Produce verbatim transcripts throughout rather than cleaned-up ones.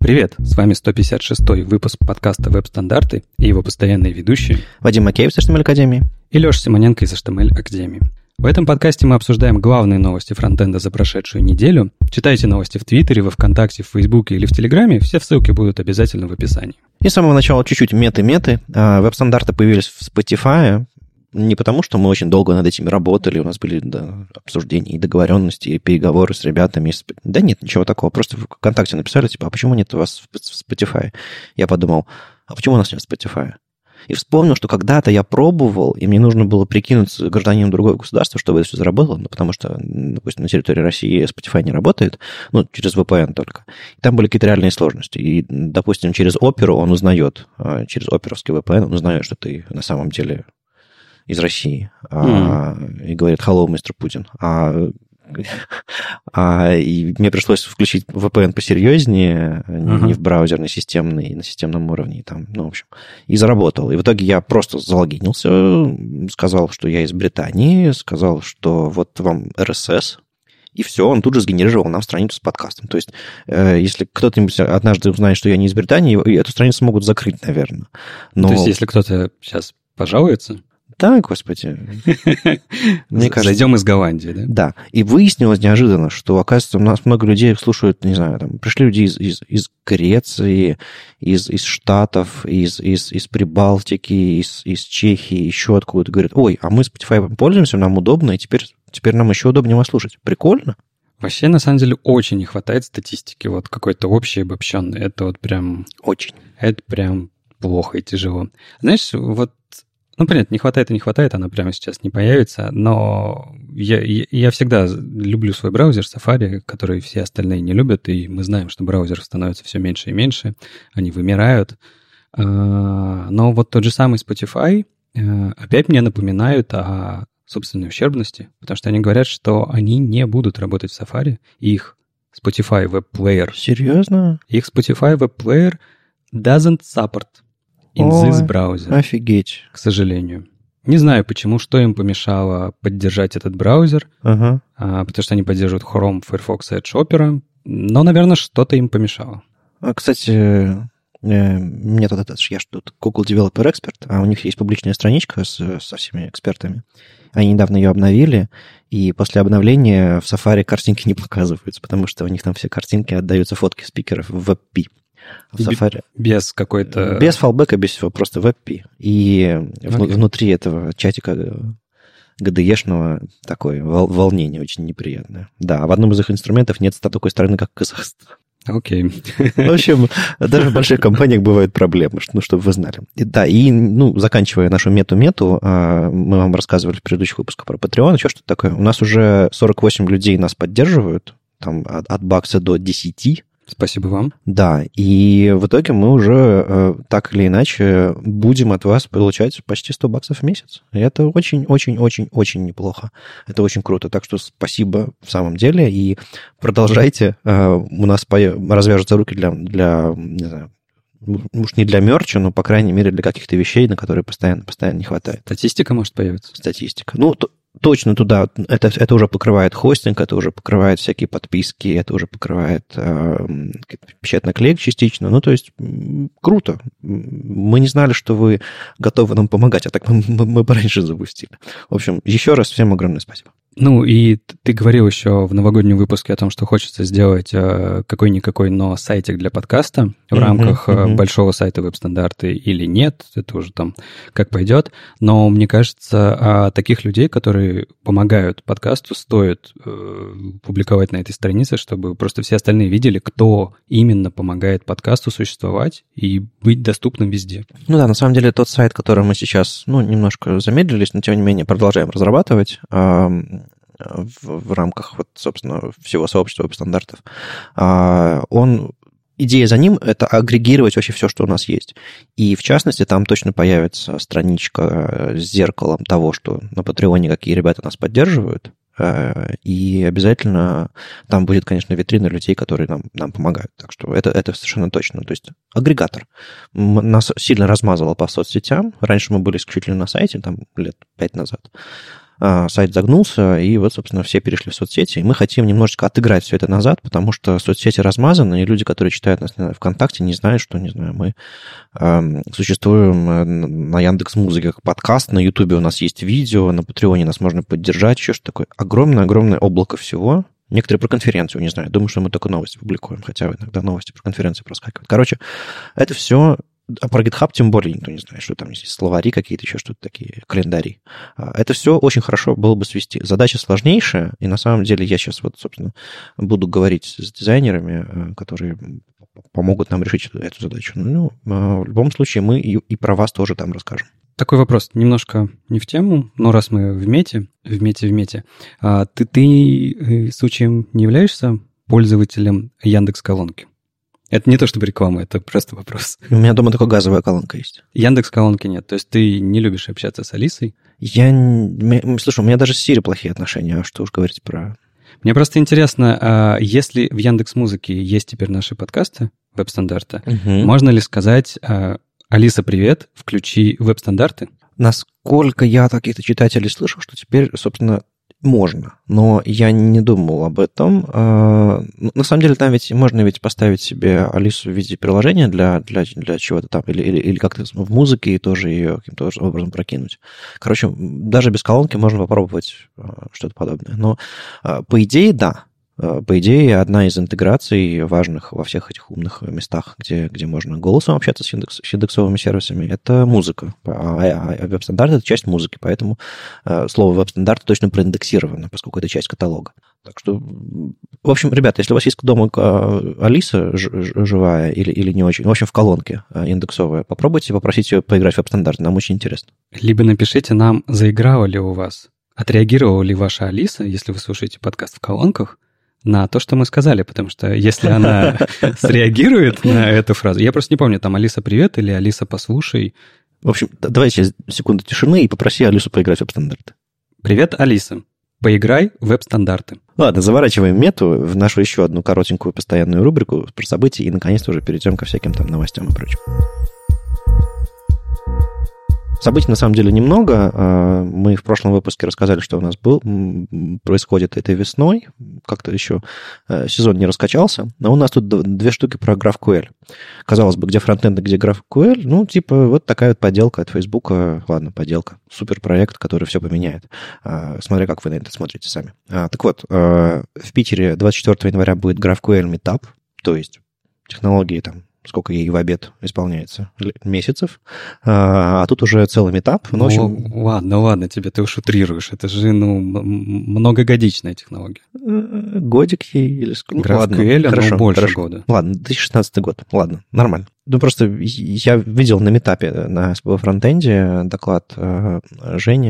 Привет, с вами сто пятьдесят шестой выпуск подкаста «Веб-стандарты» и его постоянные ведущие Вадим Макеев из эйч ти эм эль Академии и Леша Симоненко из эйч ти эм эль Академии. В этом подкасте мы обсуждаем главные новости фронтенда за прошедшую неделю. Читайте новости в Твиттере, во Вконтакте, в Фейсбуке или в Телеграме. Все ссылки будут обязательно в описании. И с самого начала чуть-чуть меты-меты. Веб-стандарты появились в Spotify. Не потому, что мы очень долго над этими работали, у нас были да, обсуждения и договоренности, и переговоры с ребятами. Да нет, ничего такого. Просто в ВКонтакте написали, типа, а почему нет у вас в Spotify? Я подумал, а почему у нас нет Spotify? И вспомнил, что когда-то я пробовал, и мне нужно было прикинуться гражданином другого государства, чтобы это все заработало, ну, потому что, допустим, на территории России Spotify не работает, ну, через ви пи эн только. И там были какие-то реальные сложности. И, допустим, через Opera он узнает, через оперовский ви пи эн он узнает, что ты на самом деле из России, mm. и говорит «Hello, мистер Путин». А, а, и мне пришлось включить ви пи эн посерьезнее, uh-huh. не в браузерный, системный, на системном уровне. Там, ну, в общем, и заработал. И в итоге я просто залогинился, сказал, что я из Британии, сказал, что вот вам эр эс эс, и все, он тут же сгенерировал нам страницу с подкастом. То есть, э, если кто-то однажды узнает, что я не из Британии, эту страницу могут закрыть, наверное. Но... То есть, если кто-то сейчас пожалуется... Да, господи. Мне кажется, зайдем из Голландии, да? Да. И выяснилось неожиданно, что, оказывается, у нас много людей слушают, не знаю, там, пришли люди из, из, из Греции, из, из Штатов, из, из, из Прибалтики, из, из Чехии, еще откуда-то. Говорят, ой, а мы Spotify пользуемся, нам удобно, и теперь, теперь нам еще удобнее вас слушать. Прикольно? Вообще, на самом деле, очень не хватает статистики, вот какой-то общей, обобщенной. Это вот прям... Очень. Это прям плохо и тяжело. Знаешь, вот ну, понятно, не хватает и не хватает, она прямо сейчас не появится, но я, я, я всегда люблю свой браузер Safari, который все остальные не любят, и мы знаем, что браузеров становится все меньше и меньше, они вымирают. Но вот тот же самый Spotify опять мне напоминают о собственной ущербности, потому что они говорят, что они не будут работать в Safari, и их Spotify Web Player... Серьезно? Их Spotify Web Player doesn't support in О, this browser. Офигеть. К сожалению. Не знаю, почему, что им помешало поддержать этот браузер, ага. а, потому что они поддерживают Chrome, Firefox, Edge, Opera, но, наверное, что-то им помешало. А, кстати, мне тут, это, я ж тут Google Developer Expert, а у них есть публичная страничка с, со всеми экспертами. Они недавно ее обновили, и после обновления в Safari картинки не показываются, потому что у них там все картинки отдаются фотки спикеров в WebP. В Safari. Без какой-то... Без фалбека, без всего, просто WebP. И okay. внутри этого чатика джи ди и-шного такое волнение очень неприятное. Да, в одном из их инструментов нет такой страны, как Казахстан. Окей. Okay. В общем, даже в больших компаниях бывают проблемы, ну, чтобы вы знали. И, да, и, ну, заканчивая нашу мету-мету, мы вам рассказывали в предыдущих выпусках про Patreon, еще что-то такое. У нас уже сорок восемь людей нас поддерживают, там, от, от бакса до десяти. Спасибо вам. Да, и в итоге мы уже э, так или иначе будем от вас получать почти сто баксов в месяц. И это очень-очень-очень-очень неплохо. Это очень круто. Так что спасибо в самом деле. И продолжайте. Э, у нас по... развяжутся руки для, для, не знаю, уж не для мерча, но, по крайней мере, для каких-то вещей, на которые постоянно, постоянно не хватает. Статистика может появиться? Статистика. Ну, то... Точно туда. Это, это уже покрывает хостинг, это уже покрывает всякие подписки, это уже покрывает э, печатный клейк частично. Ну, то есть, круто. Мы не знали, что вы готовы нам помогать, а так мы, мы, мы раньше запустили. В общем, еще раз всем огромное спасибо. Ну, и ты говорил еще в новогоднем выпуске о том, что хочется сделать э, какой-никакой, но сайтик для подкаста в uh-huh, рамках uh-huh. большого сайта веб-стандарты или нет, это уже там как пойдет. Но мне кажется, таких людей, которые помогают подкасту, стоит э, публиковать на этой странице, чтобы просто все остальные видели, кто именно помогает подкасту существовать и быть доступным везде. Ну да, на самом деле тот сайт, который мы сейчас, ну, немножко замедлились, но тем не менее продолжаем разрабатывать, В, в рамках, вот, собственно, всего сообщества веб-стандартов. Он, идея за ним — это агрегировать вообще все, что у нас есть. И, в частности, там точно появится страничка с зеркалом того, что на Патреоне какие ребята нас поддерживают. И обязательно там будет, конечно, витрина людей, которые нам, нам помогают. Так что это, это совершенно точно. То есть агрегатор. Нас сильно размазало по соцсетям. Раньше мы были исключительно на сайте, там лет пять назад. сайт загнулся, и вот, собственно, все перешли в соцсети. И мы хотим немножечко отыграть все это назад, потому что соцсети размазаны, и люди, которые читают нас ВКонтакте, не знают, что, не знаю, мы э, существуем на Яндекс.Музыке как подкаст, на Ютубе у нас есть видео, на Патреоне нас можно поддержать, еще что такое. Огромное-огромное облако всего. Некоторые про конференцию не знаю. Думаю, что мы только новости публикуем, хотя иногда новости про конференции проскакивают. Короче, это все... А про GitHub тем более никто не знает, что там есть словари какие-то, еще что-то такие, календари. Это все очень хорошо было бы свести. Задача сложнейшая, и на самом деле я сейчас вот, собственно, буду говорить с дизайнерами, которые помогут нам решить эту задачу. Ну, в любом случае, мы и, и про вас тоже там расскажем. Такой вопрос, немножко не в тему, но раз мы в мете, в мете, в мете, а ты, ты случаем не являешься пользователем Яндекс.Колонки? Это не то чтобы реклама, это просто вопрос. У меня дома только газовая колонка есть. Яндекс.Колонки нет, то есть ты не любишь общаться с Алисой? Я... Слушай, у меня даже с Сири плохие отношения, а что уж говорить про... Мне просто интересно, если в Яндекс.Музыке есть теперь наши подкасты, веб-стандарты, угу. можно ли сказать: «Алиса, привет, включи веб-стандарты»? Насколько я от каких-то читателей слышал, что теперь, собственно, можно, но я не думал об этом. На самом деле, там ведь можно ведь поставить себе Алису в виде приложения для, для, для чего-то там, или, или, или как-то в музыке и тоже ее каким-то образом прокинуть. Короче, даже без колонки можно попробовать что-то подобное. Но, по идее, да. По идее, одна из интеграций важных во всех этих умных местах, где, где можно голосом общаться с, индекс, с индексовыми сервисами, это музыка. А, а веб-стандарт — это часть музыки, поэтому слово веб-стандарт точно проиндексировано, поскольку это часть каталога. Так что, в общем, ребята, если у вас есть дома Алиса живая или, или не очень, в общем, в колонке индексовая, попробуйте попросить ее поиграть в веб-стандарт, нам очень интересно. Либо напишите нам, заиграла ли у вас, отреагировала ли ваша Алиса, если вы слушаете подкаст в колонках, на то, что мы сказали, потому что если она среагирует на эту фразу... Я просто не помню, там «Алиса, привет» или «Алиса, послушай». В общем, давай сейчас секунду тишины и попроси Алису поиграть в веб-стандарты. Привет, Алиса. Поиграй в веб-стандарты. Ладно, заворачиваем мету в нашу еще одну коротенькую постоянную рубрику про события и, наконец-то, уже перейдем ко всяким там новостям и прочему. Событий, на самом деле, немного. Мы в прошлом выпуске рассказали, что у нас был, происходит этой весной. Как-то еще сезон не раскачался. Но у нас тут две штуки про GraphQL. Казалось бы, где фронтенд, где GraphQL. Ну, типа, вот такая вот поделка от Фейсбука. Ладно, поделка. Суперпроект, который все поменяет. Смотря как вы на это смотрите сами. Так вот, в Питере двадцать четвёртого января будет GraphQL Meetup. То есть технологии там, сколько ей в обед исполняется, месяцев, а, а тут уже целый митап. Ну, общем... ладно, ладно, тебе ты уж утрируешь. Это же, ну, многогодичная технология. Годик ей или сколько? GraphQL, ну, хорошо, больше хорошо. года. Ладно, две тысячи шестнадцатый год. Ладно, нормально. Ну, просто я видел на митапе на фронтенде доклад э, Жени,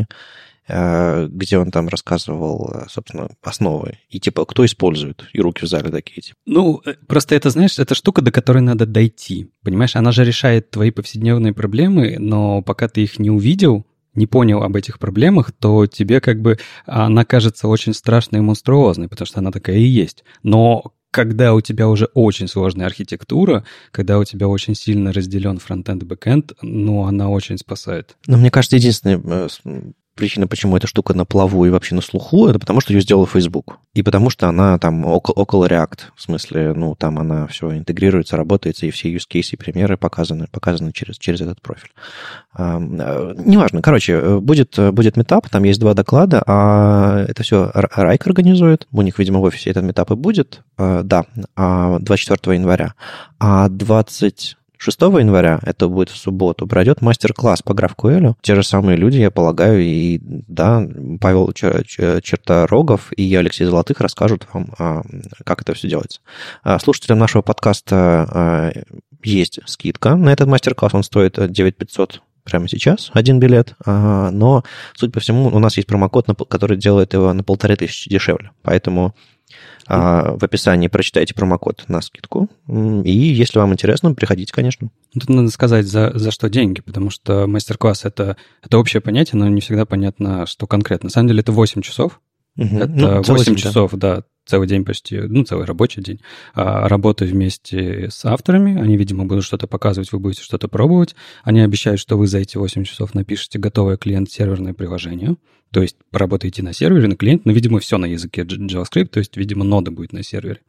где он там рассказывал, собственно, основы. И типа, кто использует? И руки в зале такие, типа. Ну, просто это, знаешь, это штука, до которой надо дойти. Понимаешь, она же решает твои повседневные проблемы, но пока ты их не увидел, не понял об этих проблемах, то тебе как бы она кажется очень страшной и монструозной, потому что она такая и есть. Но когда у тебя уже очень сложная архитектура, когда у тебя очень сильно разделен фронтенд и бэкенд, ну, она очень спасает. Но мне кажется, единственное... Причина, почему эта штука на плаву и вообще на слуху, это потому, что ее сделал Facebook. И потому, что она там около, около React. В смысле, ну, там она все интегрируется, работает, и все use cases и примеры показаны, показаны через, через этот профиль. А, неважно. Короче, будет, будет митап, там есть два доклада, а это все Райк организует. У них, видимо, в офисе этот митап и будет. А, да, двадцать четвёртого января. А двадцать... шестого января, это будет в субботу, пройдет мастер-класс по GraphQL. Те же самые люди, я полагаю, и да, Павел Черторогов и Алексей Золотых расскажут вам, как это все делается. Слушателям нашего подкаста есть скидка на этот мастер-класс, он стоит девять тысяч пятьсот прямо сейчас, один билет, но, судя по всему, у нас есть промокод, который делает его на полторы тысячи дешевле, поэтому... В описании прочитайте промокод на скидку. И если вам интересно, приходите, конечно. Тут надо сказать, за, за что деньги, потому что мастер-класс это, — это общее понятие, но не всегда понятно, что конкретно. На самом деле это восемь часов. Угу. Это ну, восемь часов, да, целый день почти, ну, целый рабочий день работы вместе с авторами. Они, видимо, будут что-то показывать, вы будете что-то пробовать. Они обещают, что вы за эти восемь часов напишете готовое клиент-серверное приложение. То есть поработаете на сервере, на клиенте, но, видимо, все на языке JavaScript, то есть, видимо, нода будет на сервере.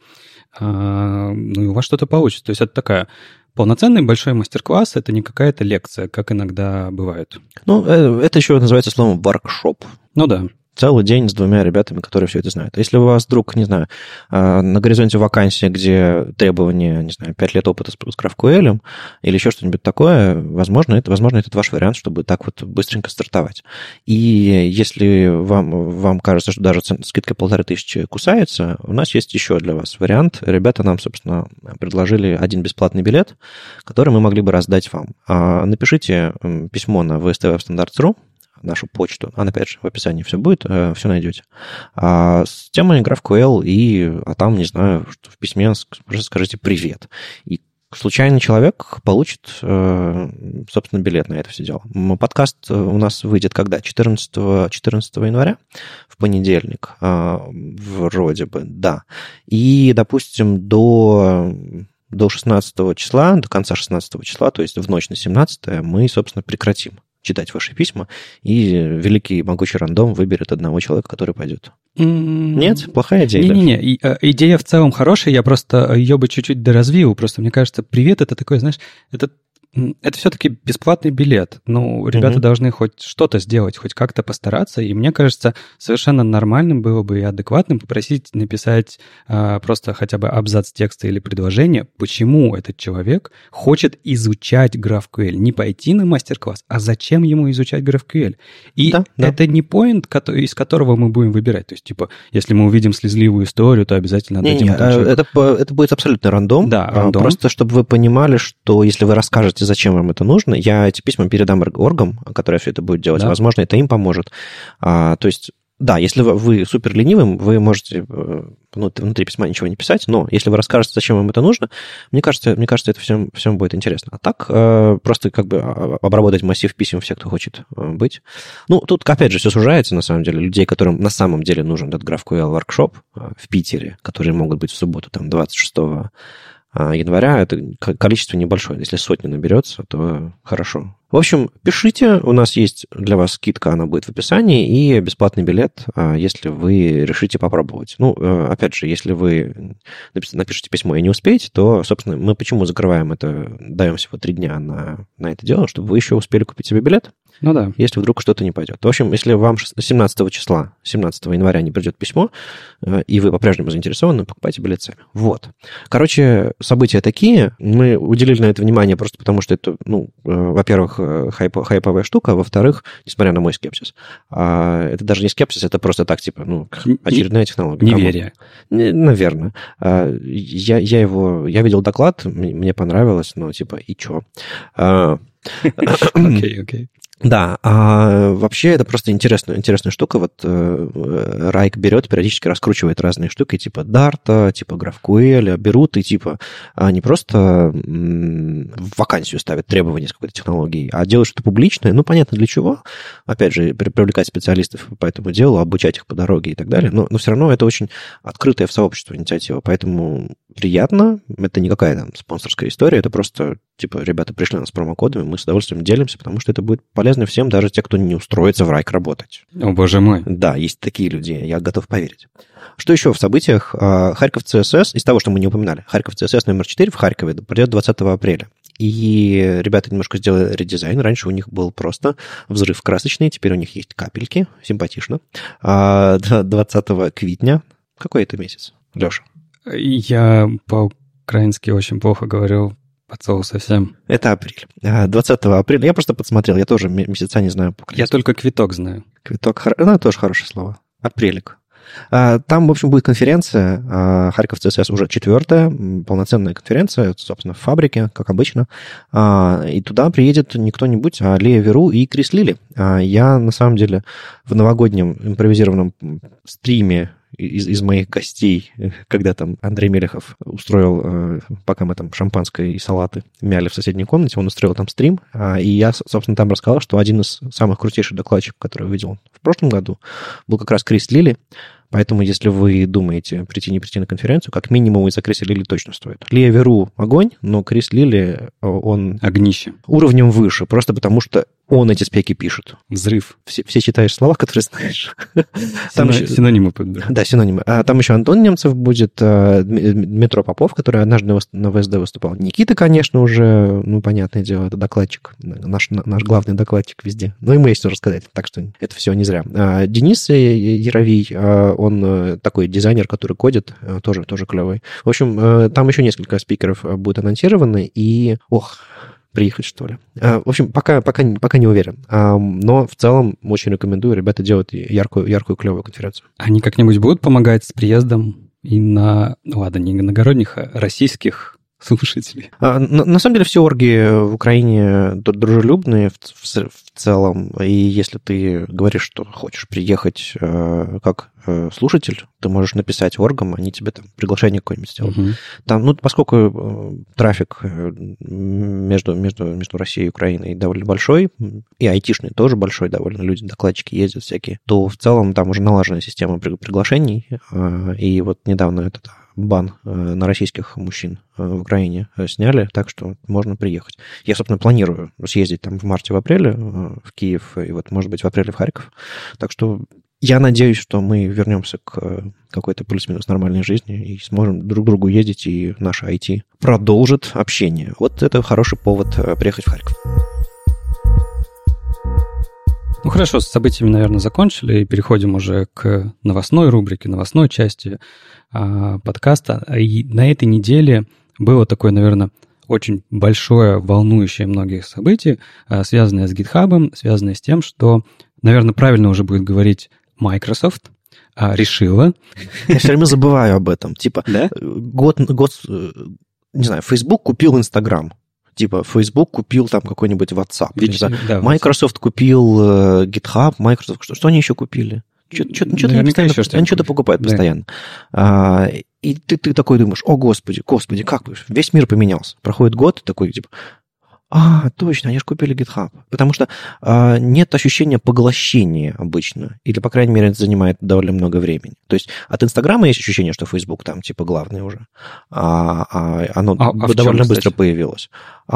А, ну, и у вас что-то получится. То есть это такая полноценный большой мастер-класс, это не какая-то лекция, как иногда бывает. Ну, это еще называется словом воркшоп. Ну да. Целый день с двумя ребятами, которые все это знают. Если у вас вдруг, не знаю, на горизонте вакансия, где требования, не знаю, пять лет опыта с GraphQL или еще что-нибудь такое, возможно, это, возможно, это ваш вариант, чтобы так вот быстренько стартовать. И если вам, вам кажется, что даже скидка полторы тысячи кусается, у нас есть еще для вас вариант. Ребята нам, собственно, предложили один бесплатный билет, который мы могли бы раздать вам. Напишите письмо на ви эс ти веб-стандарт точка ру, нашу почту, она, опять же, в описании все будет, все найдете, а с темой GraphQL, и, а там, не знаю, что в письме просто скажите «привет». И случайный человек получит, собственно, билет на это все дело. Подкаст у нас выйдет когда? четырнадцатого января, в понедельник, вроде бы, да. И, допустим, до... до шестнадцатого числа, до конца шестнадцатого числа, то есть в ночь на семнадцатое, мы, собственно, прекратим читать ваши письма, и великий могучий рандом выберет одного человека, который пойдет. Mm-hmm. Нет? Плохая идея? Не-не-не, и, а, идея в целом хорошая, я просто ее бы чуть-чуть доразвил, просто мне кажется, привет, это такое, знаешь, это... Это все-таки бесплатный билет. Ну, ребята mm-hmm. должны хоть что-то сделать, хоть как-то постараться. И мне кажется, совершенно нормальным было бы и адекватным попросить написать а, просто хотя бы абзац текста или предложения, почему этот человек хочет изучать GraphQL. Не пойти на мастер-класс, а зачем ему изучать GraphQL. И да, да. это не поинт, из которого мы будем выбирать. То есть, типа, если мы увидим слезливую историю, то обязательно не, дадим не, этому человеку. Это, это будет абсолютно рандом. Да, рандом. Просто чтобы вы понимали, что если вы расскажете, зачем вам это нужно, я эти письма передам оргам, которые все это будут делать. Да. Возможно, это им поможет. А, то есть, да, если вы, вы супер ленивым, вы можете внутри письма ничего не писать, но если вы расскажете, зачем вам это нужно, мне кажется, мне кажется, это всем, всем будет интересно. А так, просто как бы обработать массив писем всех, кто хочет быть. Ну, тут, опять же, все сужается, на самом деле. Людей, которым на самом деле нужен этот GraphQL воркшоп в Питере, которые могут быть в субботу, там, двадцать шестого января, это количество небольшое. Если сотни наберется, то хорошо. В общем, пишите, у нас есть для вас скидка, она будет в описании, и бесплатный билет, если вы решите попробовать. Ну, опять же, если вы напишите письмо и не успеете, то, собственно, мы почему закрываем это, даем всего три дня на, на это дело, чтобы вы еще успели купить себе билет, ну да. Если вдруг что-то не пойдет. В общем, если вам семнадцатого числа, семнадцатого января не придет письмо, и вы по-прежнему заинтересованы, покупайте билет сами. Вот. Короче, события такие. Мы уделили на это внимание просто потому, что это, ну, во-первых, хайп, хайповая штука, во-вторых, несмотря на мой скепсис, это даже не скепсис, это просто так, типа, ну, очередная технология. Неверие. Наверное. Я, я его, я видел доклад, мне понравилось, но, типа, и чё? Окей, окей. Okay, okay. Да, а вообще это просто интересная, интересная штука. Вот э, Райк берет, периодически раскручивает разные штуки, типа Дарта, типа GraphQL, берут и типа не просто м- в вакансию ставят требования с какой-то технологией, а делают что-то публичное. Ну, понятно, для чего. Опять же, привлекать специалистов по этому делу, обучать их по дороге и так далее. Но, но все равно это очень открытая в сообществе инициатива, поэтому приятно. Это не какая там спонсорская история, это просто, типа, ребята пришли нас с промокодами, мы с удовольствием делимся, потому что это будет полезно всем, даже те, кто не устроится в Райк работать. О, боже мой. Да, есть такие люди, я готов поверить. Что еще в событиях? Харьков си эс эс, из того, что мы не упоминали, Харьков си эс эс номер четыре в Харькове пройдет двадцатого апреля. И ребята немножко сделали редизайн. Раньше у них был просто взрыв красочный, теперь у них есть капельки, симпатично. двадцатого квитня. Какой это месяц, Леша? Я по-украински очень плохо говорю. Подсол совсем. Это апрель. двадцатого апреля. Я просто подсмотрел. Я тоже месяца не знаю. Я только квиток знаю. Квиток. Ну, тоже хорошее слово. Апрелик. Там, в общем, будет конференция. Харьков си эс эс уже четвертая. Полноценная конференция, собственно, в фабрике, как обычно. И туда приедет не кто-нибудь, а Лея Веру и Крис Лили. Я, на самом деле, в новогоднем импровизированном стриме Из, из моих гостей, когда там Андрей Мелехов устроил, пока мы там шампанское и салаты мяли в соседней комнате, он устроил там стрим, и я, собственно, там рассказал, что один из самых крутейших докладчиков, который я увидел в прошлом году, был как раз Крис Лили. Поэтому, если вы думаете прийти, не прийти на конференцию, как минимум из-за Криса Лили точно стоит. Лия Веру огонь, но Крис Лили, он... Огнище. Уровнем выше, просто потому что он эти спеки пишет. Взрыв. Все, все читаешь слова, которые знаешь. Там еще... Синонимы подбирают. Да, синонимы. А там еще Антон Немцев будет, Дмитро Попов, который однажды на ВСД выступал. Никита, конечно, уже, ну, понятное дело, это докладчик, наш, наш главный докладчик везде. Ну, ему есть что рассказать, так что это все не зря. А Денис Яровий, он такой дизайнер, который кодит, тоже, тоже клевый. В общем, там еще несколько спикеров будут анонсированы, и, ох... Приехать, что ли. В общем, пока, пока, пока не уверен. Но в целом очень рекомендую. Ребята делают яркую, яркую, клевую конференцию. Они как-нибудь будут помогать с приездом и на, ну ладно, не иногородних, а российских слушателей? На, на самом деле все орги в Украине дружелюбные в, в, в целом. И если ты говоришь, что хочешь приехать э, как э, слушатель, ты можешь написать оргам, они тебе там приглашение какое-нибудь сделают. Uh-huh. Там, ну, поскольку э, трафик между, между, между Россией и Украиной довольно большой, и айтишный тоже большой довольно, люди, докладчики ездят всякие, то в целом там уже налажена система приглашений. Э, и вот недавно этот бан на российских мужчин в Украине сняли, так что можно приехать. Я, собственно, планирую съездить там в марте, в апреле в Киев, и вот, может быть, в апреле в Харьков. Так что я надеюсь, что мы вернемся к какой-то плюс-минус нормальной жизни и сможем друг к другу ездить, и наше ай ти продолжит общение. Вот это хороший повод приехать в Харьков. Ну хорошо, с событиями, наверное, закончили, и переходим уже к новостной рубрике, новостной части а, подкаста. И на этой неделе было такое, наверное, очень большое, волнующее многих событие, а, связанное с GitHub, связанное с тем, что, наверное, правильно уже будет говорить Microsoft, а, решила... Я все время забываю об этом. Типа, да? год, год, не знаю, Facebook купил Instagram. Типа, Facebook купил там какой-нибудь WhatsApp. Ведь, да, Microsoft WhatsApp. Купил uh, GitHub, Microsoft... Что, что они еще купили? Что-то, что-то они, постоянно, еще они что-то покупают да. постоянно. А, и ты, ты такой думаешь, о, господи, господи, как весь мир поменялся. Проходит год, такой, типа, а, точно, они же купили GitHub. Потому что а, нет ощущения поглощения обычно. Или, по крайней мере, это занимает довольно много времени. То есть от Инстаграма есть ощущение, что Facebook там, типа, главный уже. А, а оно а, а довольно чем, быстро кстати? появилось.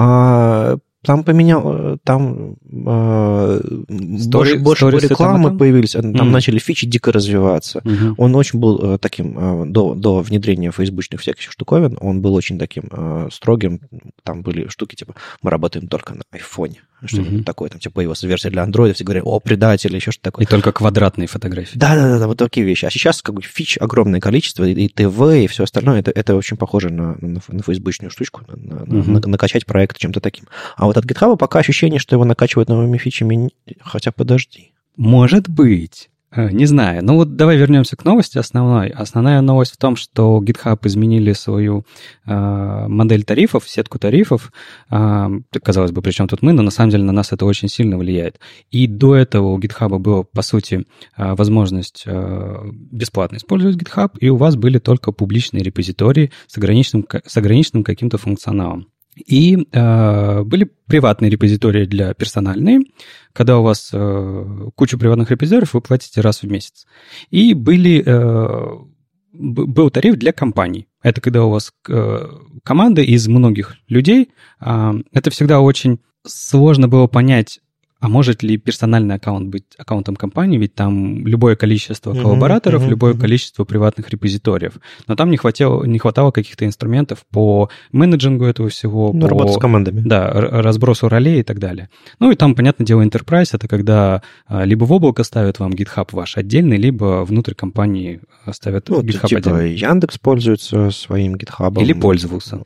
А, там поменял, там а, Story, больше, больше рекламы там? появились, там mm. начали фичи дико развиваться. Mm-hmm. Он очень был таким, до, до внедрения фейсбучных всяких штуковин, он был очень таким строгим. Там были штуки, типа, мы работаем только на айфоне. Что-то mm-hmm. такое, там, типа, появилась версия для андроида, все говорят, о, предатели, еще что-то такое. И только квадратные фотографии. Да-да-да, вот такие вещи. А сейчас, как бы, фич огромное количество, и ТВ, и все остальное, это, это очень похоже на, на, на фейсбучную штучку, на, mm-hmm. на, накачать проект чем-то таким. А вот от GitHub пока ощущение, что его накачивают новыми фичами, хотя подожди. Может быть. Не знаю. Ну вот давай вернемся к новости основной. Основная новость в том, что GitHub изменили свою э, модель тарифов, сетку тарифов. Э, казалось бы, при чем тут мы, но на самом деле на нас это очень сильно влияет. И до этого у GitHub была, по сути, э, возможность э, бесплатно использовать GitHub, и у вас были только публичные репозитории с ограниченным, с ограниченным каким-то функционалом. И э, были приватные репозитории для персональные, когда у вас э, куча приватных репозиториев, вы платите раз в месяц. И были, э, был тариф для компаний. Это когда у вас э, команда из многих людей. Э, это всегда очень сложно было понять, а может ли персональный аккаунт быть аккаунтом компании, ведь там любое количество коллабораторов, uh-huh, uh-huh, любое uh-huh. количество приватных репозиториев. Но там не хватало, не хватало каких-то инструментов по менеджингу этого всего. Ну, по работе с командами. Да, разбросу ролей и так далее. Ну и там, понятное дело, Enterprise — это когда либо в облако ставят вам GitHub ваш отдельный, либо внутрь компании ставят ну, GitHub типа отдельный. Яндекс пользуется своим GitHub. Или пользовался.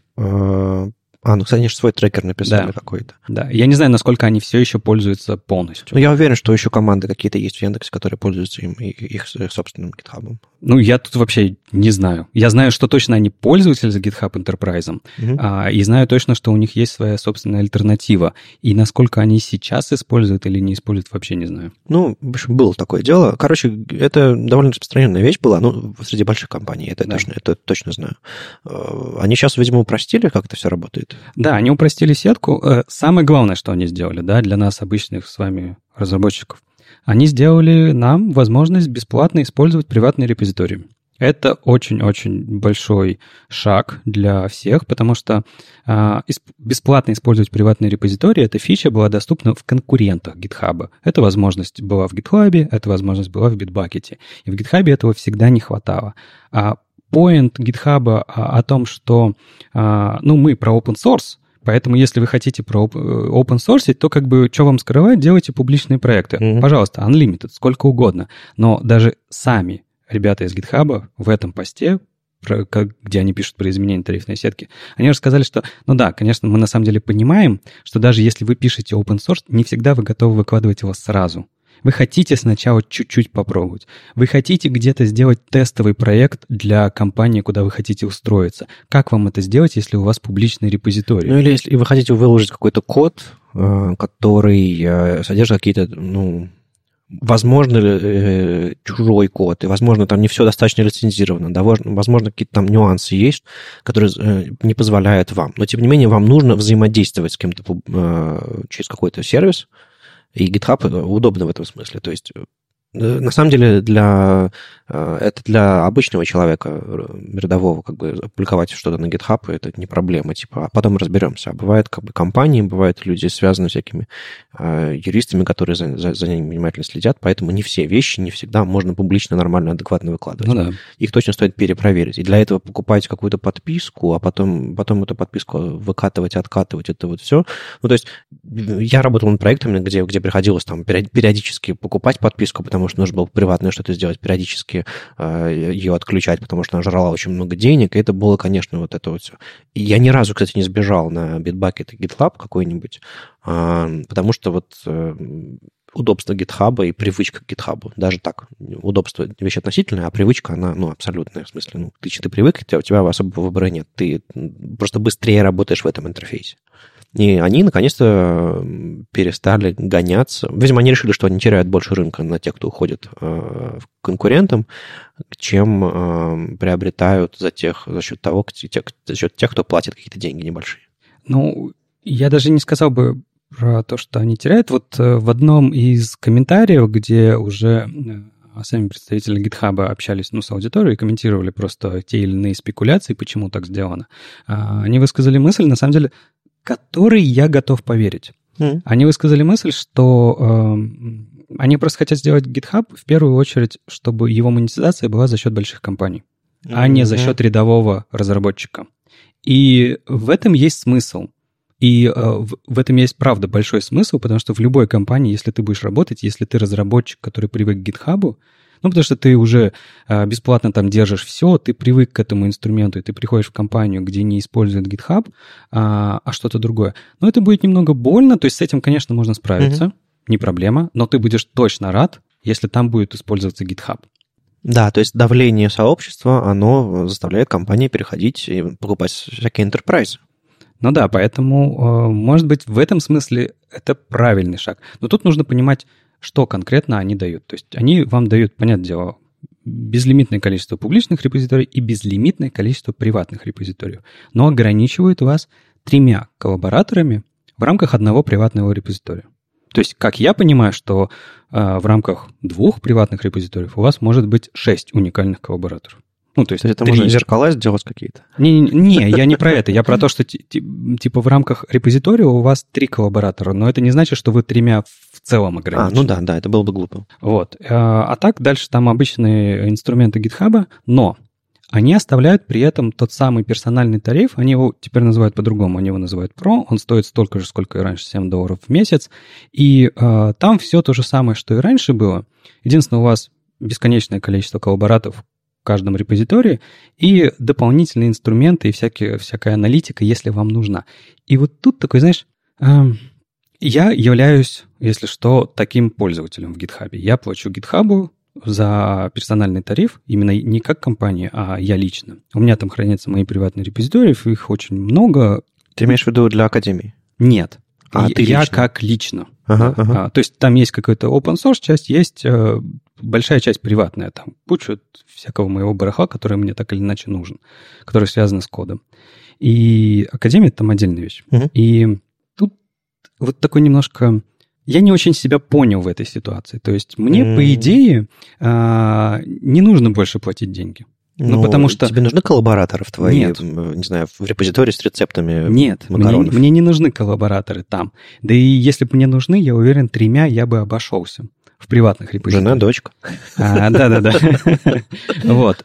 А, ну, кстати, они же свой трекер написали да. какой-то. Да, я не знаю, насколько они все еще пользуются полностью. Но я уверен, что еще команды какие-то есть в Яндексе, которые пользуются им, их собственным GitHub. Ну, я тут вообще не знаю. Я знаю, что точно они пользуются за GitHub Enterprise, uh-huh. а, и знаю точно, что у них есть своя собственная альтернатива. И насколько они сейчас используют или не используют, вообще не знаю. Ну, в общем, было такое дело. Короче, это довольно распространенная вещь была, ну, среди больших компаний, это, да. точно, это точно знаю. Они сейчас, видимо, упростили, как это все работает? Да, они упростили сетку. Самое главное, что они сделали, да, для нас, обычных с вами разработчиков, Они сделали нам возможность бесплатно использовать приватные репозитории. Это очень-очень большой шаг для всех, потому что а, бесплатно использовать приватные репозитории, эта фича была доступна в конкурентах GitHub. Эта возможность была в GitLab, эта возможность была в Bitbucket. И в GitHub этого всегда не хватало. А point GitHub о том, что а, ну, мы про open source, поэтому если вы хотите про open source, то как бы что вам скрывать, делайте публичные проекты. Mm-hmm. Пожалуйста, unlimited, сколько угодно. Но даже сами ребята из GitHub в этом посте, про, как, где они пишут про изменение тарифной сетки, они рассказали, что, ну да, конечно, мы на самом деле понимаем, что даже если вы пишете open source, не всегда вы готовы выкладывать его сразу. Вы хотите сначала чуть-чуть попробовать. Вы хотите где-то сделать тестовый проект для компании, куда вы хотите устроиться. Как вам это сделать, если у вас публичный репозиторий? Ну или если вы хотите выложить какой-то код, который содержит какие-то, ну... возможно, э, чужой код, и, возможно, там не все достаточно лицензировано, да, возможно, какие-то там нюансы есть, которые э, не позволяют вам. Но, тем не менее, вам нужно взаимодействовать с кем-то э, через какой-то сервис, и GitHub удобно в этом смысле. То есть, э, на самом деле, для, э, это для обычного человека, рядового, как бы, опубликовать что-то на GitHub, это не проблема, типа, а потом разберемся. А бывают, как бы, компании, бывают люди, связанные с всякими э, юристами, которые за, за, за ними внимательно следят, поэтому не все вещи не всегда можно публично, нормально, адекватно выкладывать. Ну, да. Их точно стоит перепроверить. И для этого покупать какую-то подписку, а потом, потом эту подписку выкатывать, откатывать, это вот все. Ну, то есть, я работал над проектами, где, где приходилось там периодически покупать подписку, потому что нужно было приватное что-то сделать, периодически э, ее отключать, потому что она жрала очень много денег, и это было, конечно, вот это вот все. И я ни разу, кстати, не сбежал на Bitbucket и GitLab какой-нибудь, э, потому что вот э, удобство GitHub и привычка к GitHub, даже так, удобство — вещь относительная, а привычка, она, ну, абсолютная, в смысле, ну, ты, ты привык, у тебя особого выбора нет, ты просто быстрее работаешь в этом интерфейсе. И они, наконец-то, перестали гоняться. Видимо, они решили, что они теряют больше рынка на тех, кто уходит э, к конкурентам, чем э, приобретают за, тех, за счет того, за счет тех, кто платит какие-то деньги небольшие. Ну, я даже не сказал бы про то, что они теряют. Вот э, в одном из комментариев, где уже э, сами представители GitHub общались, ну, с аудиторией и комментировали просто те или иные спекуляции, почему так сделано, э, они высказали мысль, на самом деле, который я готов поверить. Mm. Они высказали мысль, что э, они просто хотят сделать GitHub в первую очередь, чтобы его монетизация была за счет больших компаний, mm-hmm. а не за счет рядового разработчика. И в этом есть смысл. И э, в, в этом есть, правда, большой смысл, потому что в любой компании, если ты будешь работать, если ты разработчик, который привык к GitHub, ну, потому что ты уже э, бесплатно там держишь все, ты привык к этому инструменту, и ты приходишь в компанию, где не используют GitHub, а, а что-то другое. Но это будет немного больно, то есть с этим, конечно, можно справиться, mm-hmm. не проблема, но ты будешь точно рад, если там будет использоваться GitHub. Да, то есть давление сообщества, оно заставляет компании переходить и покупать всякие enterprise. Ну да, поэтому, может быть, в этом смысле это правильный шаг. Но тут нужно понимать, что конкретно они дают. То есть они вам дают, понятное дело, безлимитное количество публичных репозиторий и безлимитное количество приватных репозиториев, но ограничивают вас тремя коллабораторами в рамках одного приватного репозитория. То есть, как я понимаю, что э, в рамках двух приватных репозиториев у вас может быть шесть уникальных коллабораторов. Ну, то есть, то есть это три... можно зеркала сделать какие-то? Не, не, не, я не про это. Я про то, что типа в рамках репозитория у вас три коллаборатора, но это не значит, что вы тремя в целом ограничены. А, ну да, да, это было бы глупо. Вот. А так дальше там обычные инструменты GitHub, но они оставляют при этом тот самый персональный тариф, они его теперь называют по-другому, они его называют Pro, он стоит столько же, сколько и раньше, семь долларов в месяц, и а, там все то же самое, что и раньше было. Единственное, у вас бесконечное количество коллаборатов в каждом репозитории и дополнительные инструменты и всякие, всякая аналитика, если вам нужна. И вот тут такой, знаешь, э, я являюсь, если что, таким пользователем в GitHub. Я плачу GitHub за персональный тариф, именно не как компания, а я лично. У меня там хранятся мои приватные репозитории, их очень много. Ты имеешь в виду для Академии? Нет. А, я, ты я лично? как лично. Ага, да. ага. А, то есть там есть какая-то open source часть, есть э, большая часть приватная, там куча всякого моего барахла, который мне так или иначе нужен, который связан с кодом. И Академия — там отдельная вещь. Угу. И тут вот такой немножко я не очень себя понял в этой ситуации. То есть мне, mm. по идее, а, не нужно больше платить деньги. Ну, ну, потому что... Тебе нужны коллабораторы в твоей, Нет. не знаю, в репозитории с рецептами Нет, макаронов? Мне, мне не нужны коллабораторы там. Да и если бы мне нужны, я уверен, тремя я бы обошелся в приватных репозиториях. Жена, дочка. Да-да-да. Вот.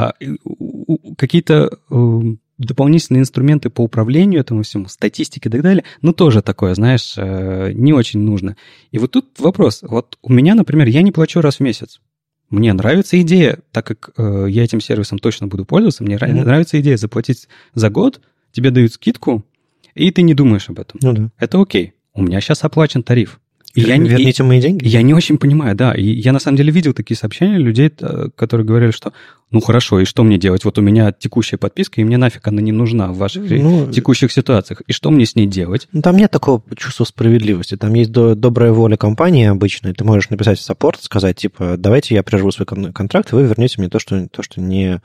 Какие-то дополнительные инструменты по управлению этому всему, статистики и так далее, ну, тоже такое, знаешь, не очень нужно. И вот тут вопрос. Вот у меня, например, я не плачу раз в месяц. Мне нравится идея, так как э, я этим сервисом точно буду пользоваться, мне mm-hmm. нравится идея заплатить за год, тебе дают скидку, и ты не думаешь об этом. Ну да. Это окей. У меня сейчас оплачен тариф. И я Верните не, мои деньги? Я не очень понимаю, да. И я на самом деле видел такие сообщения людей, которые говорили, что ну хорошо, и что мне делать? Вот у меня текущая подписка, и мне нафиг она не нужна в ваших ну, текущих ситуациях. И что мне с ней делать? Ну, там нет такого чувства справедливости. Там есть добрая воля компании обычной. Ты можешь написать в саппорт, сказать, типа, давайте я прерву свой контракт, и вы вернете мне то, что, то, что не,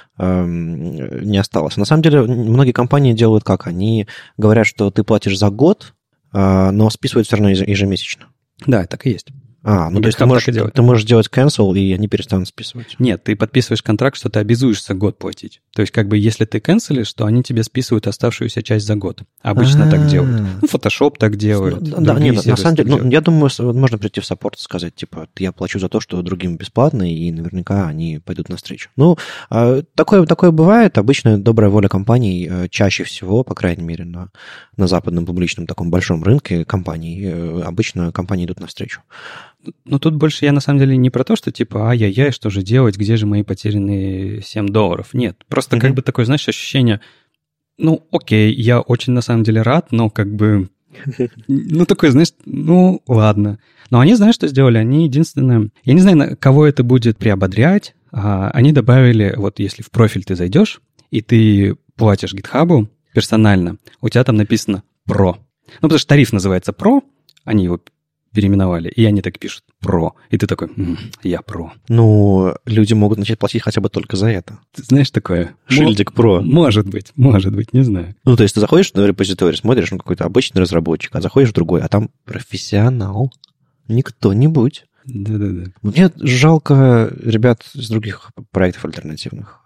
эм, не осталось. На самом деле, многие компании делают как? Они говорят, что ты платишь за год, но списывают все равно ежемесячно. Да, так и есть. А, ну то есть ты можешь, ты можешь делать cancel, и они перестанут списывать. Нет, ты подписываешь контракт, что ты обязуешься год платить. То есть как бы если ты канцелишь, то они тебе списывают оставшуюся часть за год. Обычно так делают. Ну, Photoshop так делает. Да, нет, на самом деле, ну, я думаю, можно прийти в саппорт и сказать, типа, я плачу за то, что другим бесплатно, и наверняка они пойдут навстречу. Ну, такое, такое бывает. Обычно добрая воля компаний чаще всего, по крайней мере, на, на западном публичном таком большом рынке компаний, обычно компании идут навстречу. Ну, тут больше я, на самом деле, не про то, что, типа, ай-яй-яй, что же делать, где же мои потерянные семь долларов. Нет, просто mm-hmm. как бы такое, знаешь, ощущение, ну, окей, я очень, на самом деле, рад, но как бы, ну, такое, знаешь, ну, ладно. Но они, знаешь, что сделали? Они единственное, я не знаю, кого это будет приободрять, а они добавили, вот если в профиль ты зайдешь, и ты платишь GitHub персонально, у тебя там написано «Про». Ну, потому что тариф называется «Про», они его переименовали, и они так пишут «Про». И ты такой «М, я про». Ну, люди могут начать платить хотя бы только за это. Ты знаешь такое? Шильдик «Про». Может быть, может быть, не знаю. Ну, то есть ты заходишь на репозиторий, смотришь на какой-то обычный разработчик, а заходишь в другой, а там профессионал. Не кто-нибудь. Да-да-да. Мне жалко ребят из других проектов альтернативных.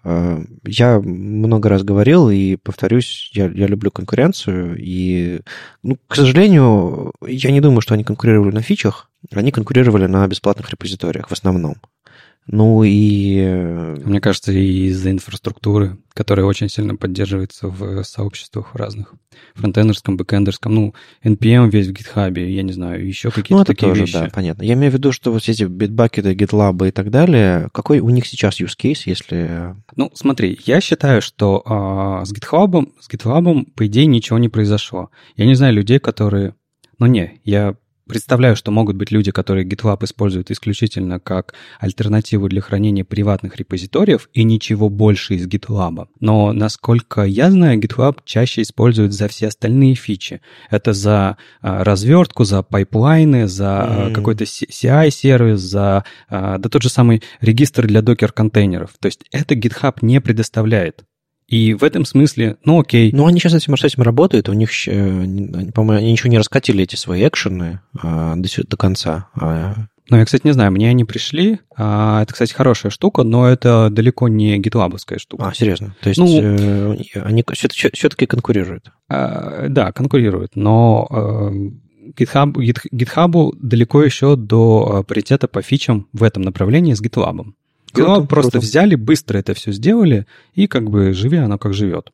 Я много раз говорил и повторюсь, я, я люблю конкуренцию, и, ну, к сожалению, я не думаю, что они конкурировали на фичах, они конкурировали на бесплатных репозиториях в основном. Ну и... Мне кажется, и из-за инфраструктуры, которая очень сильно поддерживается в сообществах разных. Фронтендерском, бэкэндерском, ну, эн пи эм весь в GitHub, я не знаю, еще какие-то ну, это такие тоже, вещи. Да, понятно. Я имею в виду, что вот эти Bitbucket, GitLab и так далее, какой у них сейчас use case, если... Ну, смотри, я считаю, что а, с GitHub, с GitLab, по идее, ничего не произошло. Я не знаю людей, которые... Ну, не, я... Представляю, что могут быть люди, которые GitLab используют исключительно как альтернативу для хранения приватных репозиториев и ничего больше из GitLab. Но, насколько я знаю, GitLab чаще используют за все остальные фичи. Это за а, развертку, за пайплайны, за mm. какой-то си ай-сервис, за а, да тот же самый регистр для докер-контейнеров. То есть это GitHub не предоставляет. И в этом смысле, ну окей. Ну, они сейчас с этим, с этим работают, у них, по-моему, они еще не раскатили эти свои экшены а, до, до конца. А... Ну, я, кстати, не знаю, мне они пришли, а, это, кстати, хорошая штука, но это далеко не гитлабовская штука. А, серьезно? То есть ну, э, они все-таки конкурируют? А, да, конкурируют, но э, GitHub, GitHub далеко еще до паритета по фичам в этом направлении с GitLab. GitLab просто круто. Взяли, быстро это все сделали, и как бы живи оно как живет.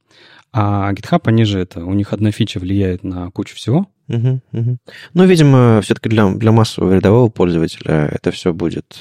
А GitHub, они же это, у них одна фича влияет на кучу всего. Угу, угу. Ну, видимо, все-таки для, для массового рядового пользователя это все будет...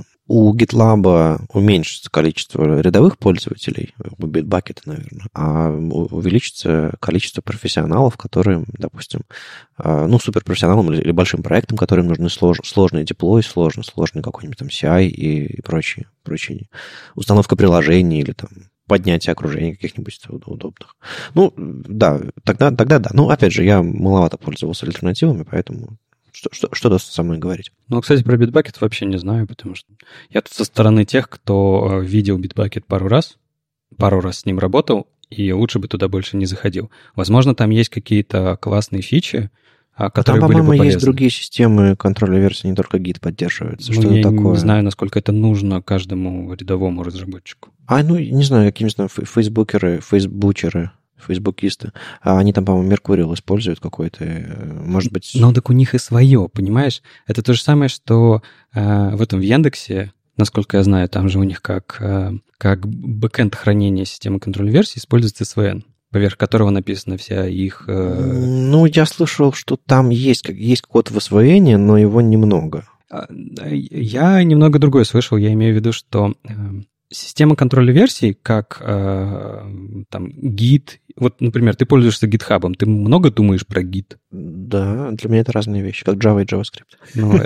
У GitLab уменьшится количество рядовых пользователей, у Bitbucket, наверное, а увеличится количество профессионалов, которые, допустим, ну, суперпрофессионалам или большим проектам, которым нужны слож, сложные деплой, сложный, сложный какой-нибудь там си ай и, и прочие, прочие, установка приложений или там поднятие окружения каких-нибудь удобных. Ну, да, тогда, тогда да. Ну, опять же, я маловато пользовался альтернативами, поэтому... Что, что, что даст со мной говорить? Ну, кстати, про Bitbucket вообще не знаю, потому что я тут со стороны тех, кто видел Bitbucket пару раз, пару раз с ним работал, и лучше бы туда больше не заходил. Возможно, там есть какие-то классные фичи, которые там, были бы по-моему, полезны. есть другие системы контроля версии, не только Git поддерживается. Ну, что я такое? не знаю, насколько это нужно каждому рядовому разработчику. А, ну, не знаю, какие-нибудь там фейсбукеры, фейсбучеры, фейсбукисты. А они там, по-моему, Mercurial используют какой-то, может быть... Ну, так у них и свое, понимаешь? Это то же самое, что э, в этом, в Яндексе, насколько я знаю, там же у них как, э, как бэкэнд хранения системы контроля версий используется эс ви эн, поверх которого написана вся их... Э... Ну, я слышал, что там есть, есть код в освоении, но его немного. Я немного другое слышал. Я имею в виду, что э, система контроля версий, как э, там Git... Вот, например, ты пользуешься GitHub, ты много думаешь про Git? Да, для меня это разные вещи, как Java и JavaScript. Ну,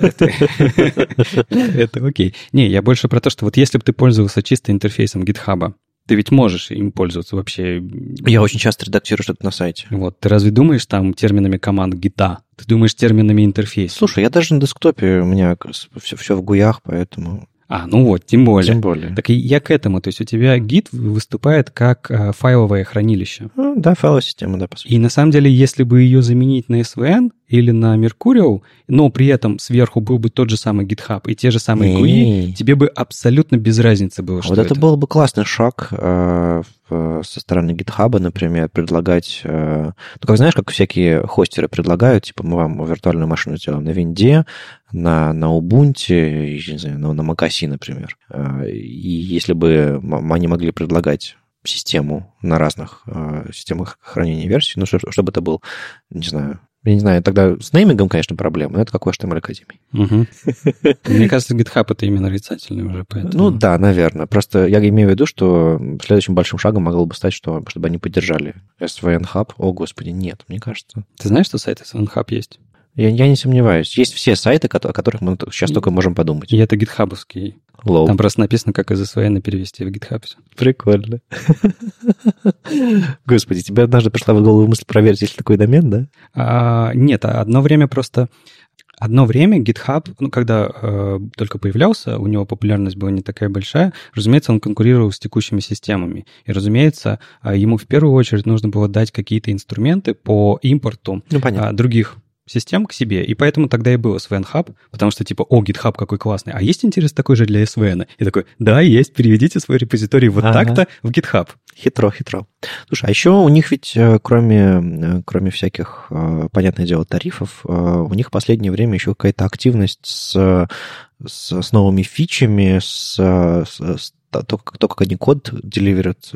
это окей. Не, я больше про то, что вот если бы ты пользовался чисто интерфейсом GitHub, ты ведь можешь им пользоваться вообще. Я очень часто редактирую что-то на сайте. Вот, ты разве думаешь там терминами команд гита? Ты думаешь терминами интерфейса? Слушай, я даже на десктопе, у меня все, все в гуях, поэтому... А, ну вот, тем более. Тем более. Так и я к этому. То есть у тебя Git выступает как э, файловое хранилище. Ну, да, файловая система, да, по сути. И на самом деле, если бы ее заменить на эс ви эн или на Mercurial, но при этом сверху был бы тот же самый GitHub и те же самые джи ю ай, тебе бы абсолютно без разницы было, что вот это. это был бы классный шаг э, в, со стороны GitHub, например, предлагать... Э, ну, как знаешь, как всякие хостеры предлагают, типа, мы вам виртуальную машину сделаем на винде, на, на Ubuntu, не знаю, на, на macOS, например. Э, и если бы они могли предлагать систему на разных э, системах хранения версий, ну, чтобы, чтобы это был, не знаю, я не знаю, тогда с неймингом, конечно, проблема, но это как у эйч ти эм эль-академии. Угу. Мне кажется, GitHub это именно нарицательный уже, поэтому... Ну да, наверное. Просто я имею в виду, что следующим большим шагом могло бы стать, что, чтобы они поддержали эс ви эн Hub. О, господи, нет, мне кажется. Ты знаешь, что сайт эс ви эн Hub есть? Я, я не сомневаюсь. Есть все сайты, о которых мы сейчас только можем подумать. И это гитхабовский. Лоу. Там просто написано, как из эс ви эн перевести в GitHub. Прикольно. Господи, тебе однажды пришла в голову мысль проверить, есть ли такой домен, да? А, нет, одно время просто... Одно время GitHub, ну, когда э, только появлялся, у него популярность была не такая большая, разумеется, он конкурировал с текущими системами. И, разумеется, ему в первую очередь нужно было дать какие-то инструменты по импорту ну, понятно. других систем к себе, и поэтому тогда и был эс ви эн Hub, потому что типа, о, GitHub какой классный, а есть интерес такой же для эс ви эн? И такой, да, есть, переведите свой репозиторий вот ага. так-то в GitHub. Хитро, хитро. Слушай, а еще у них ведь, кроме, кроме всяких, понятное дело, тарифов, у них в последнее время еще какая-то активность с, с, с новыми фичами, с, с, с то, то, как они код деливерят.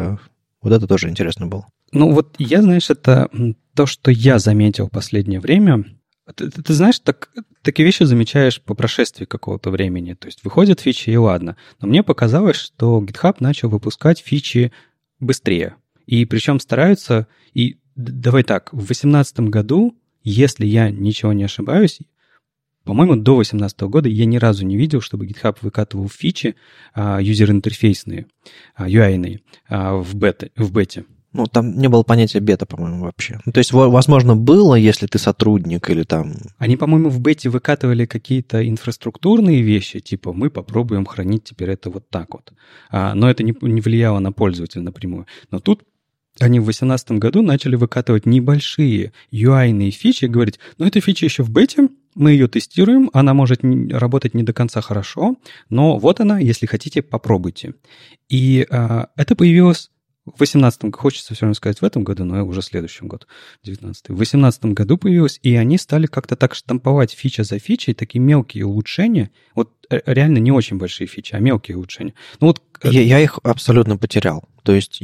Вот это тоже интересно было. Ну вот я, знаешь, это то, что я заметил в последнее время. Ты, ты, ты знаешь, так, такие вещи замечаешь по прошествии какого-то времени. То есть выходят фичи, и ладно. Но мне показалось, что GitHub начал выпускать фичи быстрее. И причем стараются... И давай так, в две тысячи восемнадцатом году, если я ничего не ошибаюсь, по-моему, до две тысячи восемнадцатого года я ни разу не видел, чтобы GitHub выкатывал фичи а, юзер-интерфейсные, а, ю ай-ные а, в, бета, в бете. Ну, там не было понятия бета, по-моему, вообще. Ну, то есть, возможно, было, если ты сотрудник или там... Они, по-моему, в бете выкатывали какие-то инфраструктурные вещи, типа мы попробуем хранить теперь это вот так вот. А, но это не, не влияло на пользователя напрямую. Но тут они в две тысячи восемнадцатом году начали выкатывать небольшие ю ай-ные фичи и говорить, ну, эта фича еще в бете, мы ее тестируем, она может не, работать не до конца хорошо, но вот она, если хотите, попробуйте. И а, это появилось... В восемнадцатом, хочется все равно сказать в этом году, но уже в следующем году, девятнадцатый. В восемнадцатом году появилось, и они стали как-то так штамповать фича за фичей, такие мелкие улучшения. Вот реально не очень большие фичи, а мелкие улучшения. Ну, вот... я, я их абсолютно потерял. То есть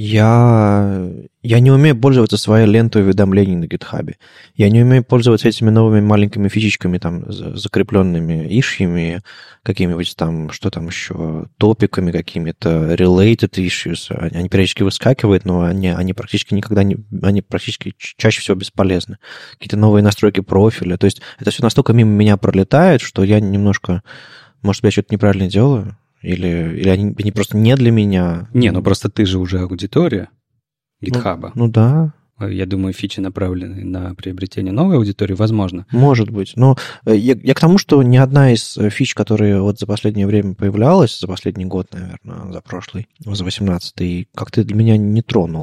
я, я не умею пользоваться своей лентой уведомлений на GitHub. Я не умею пользоваться этими новыми маленькими фичечками, там, закрепленными ишьями, какими-нибудь там, что там еще, топиками какими-то, related issues. Они периодически выскакивают, но они, они практически никогда не... Они практически чаще всего бесполезны. Какие-то новые настройки профиля. То есть это все настолько мимо меня пролетает, что я немножко... Может быть, я что-то неправильно делаю? Или, или они, они просто не для меня? Не, ну просто ты же уже аудитория GitHub. Ну, ну да. Я думаю, фичи направлены на приобретение новой аудитории, возможно. Может быть. Но я, я к тому, что ни одна из фич, которые вот за последнее время появлялась, за последний год, наверное, за прошлый, за восемнадцатый, как-то для меня не тронула.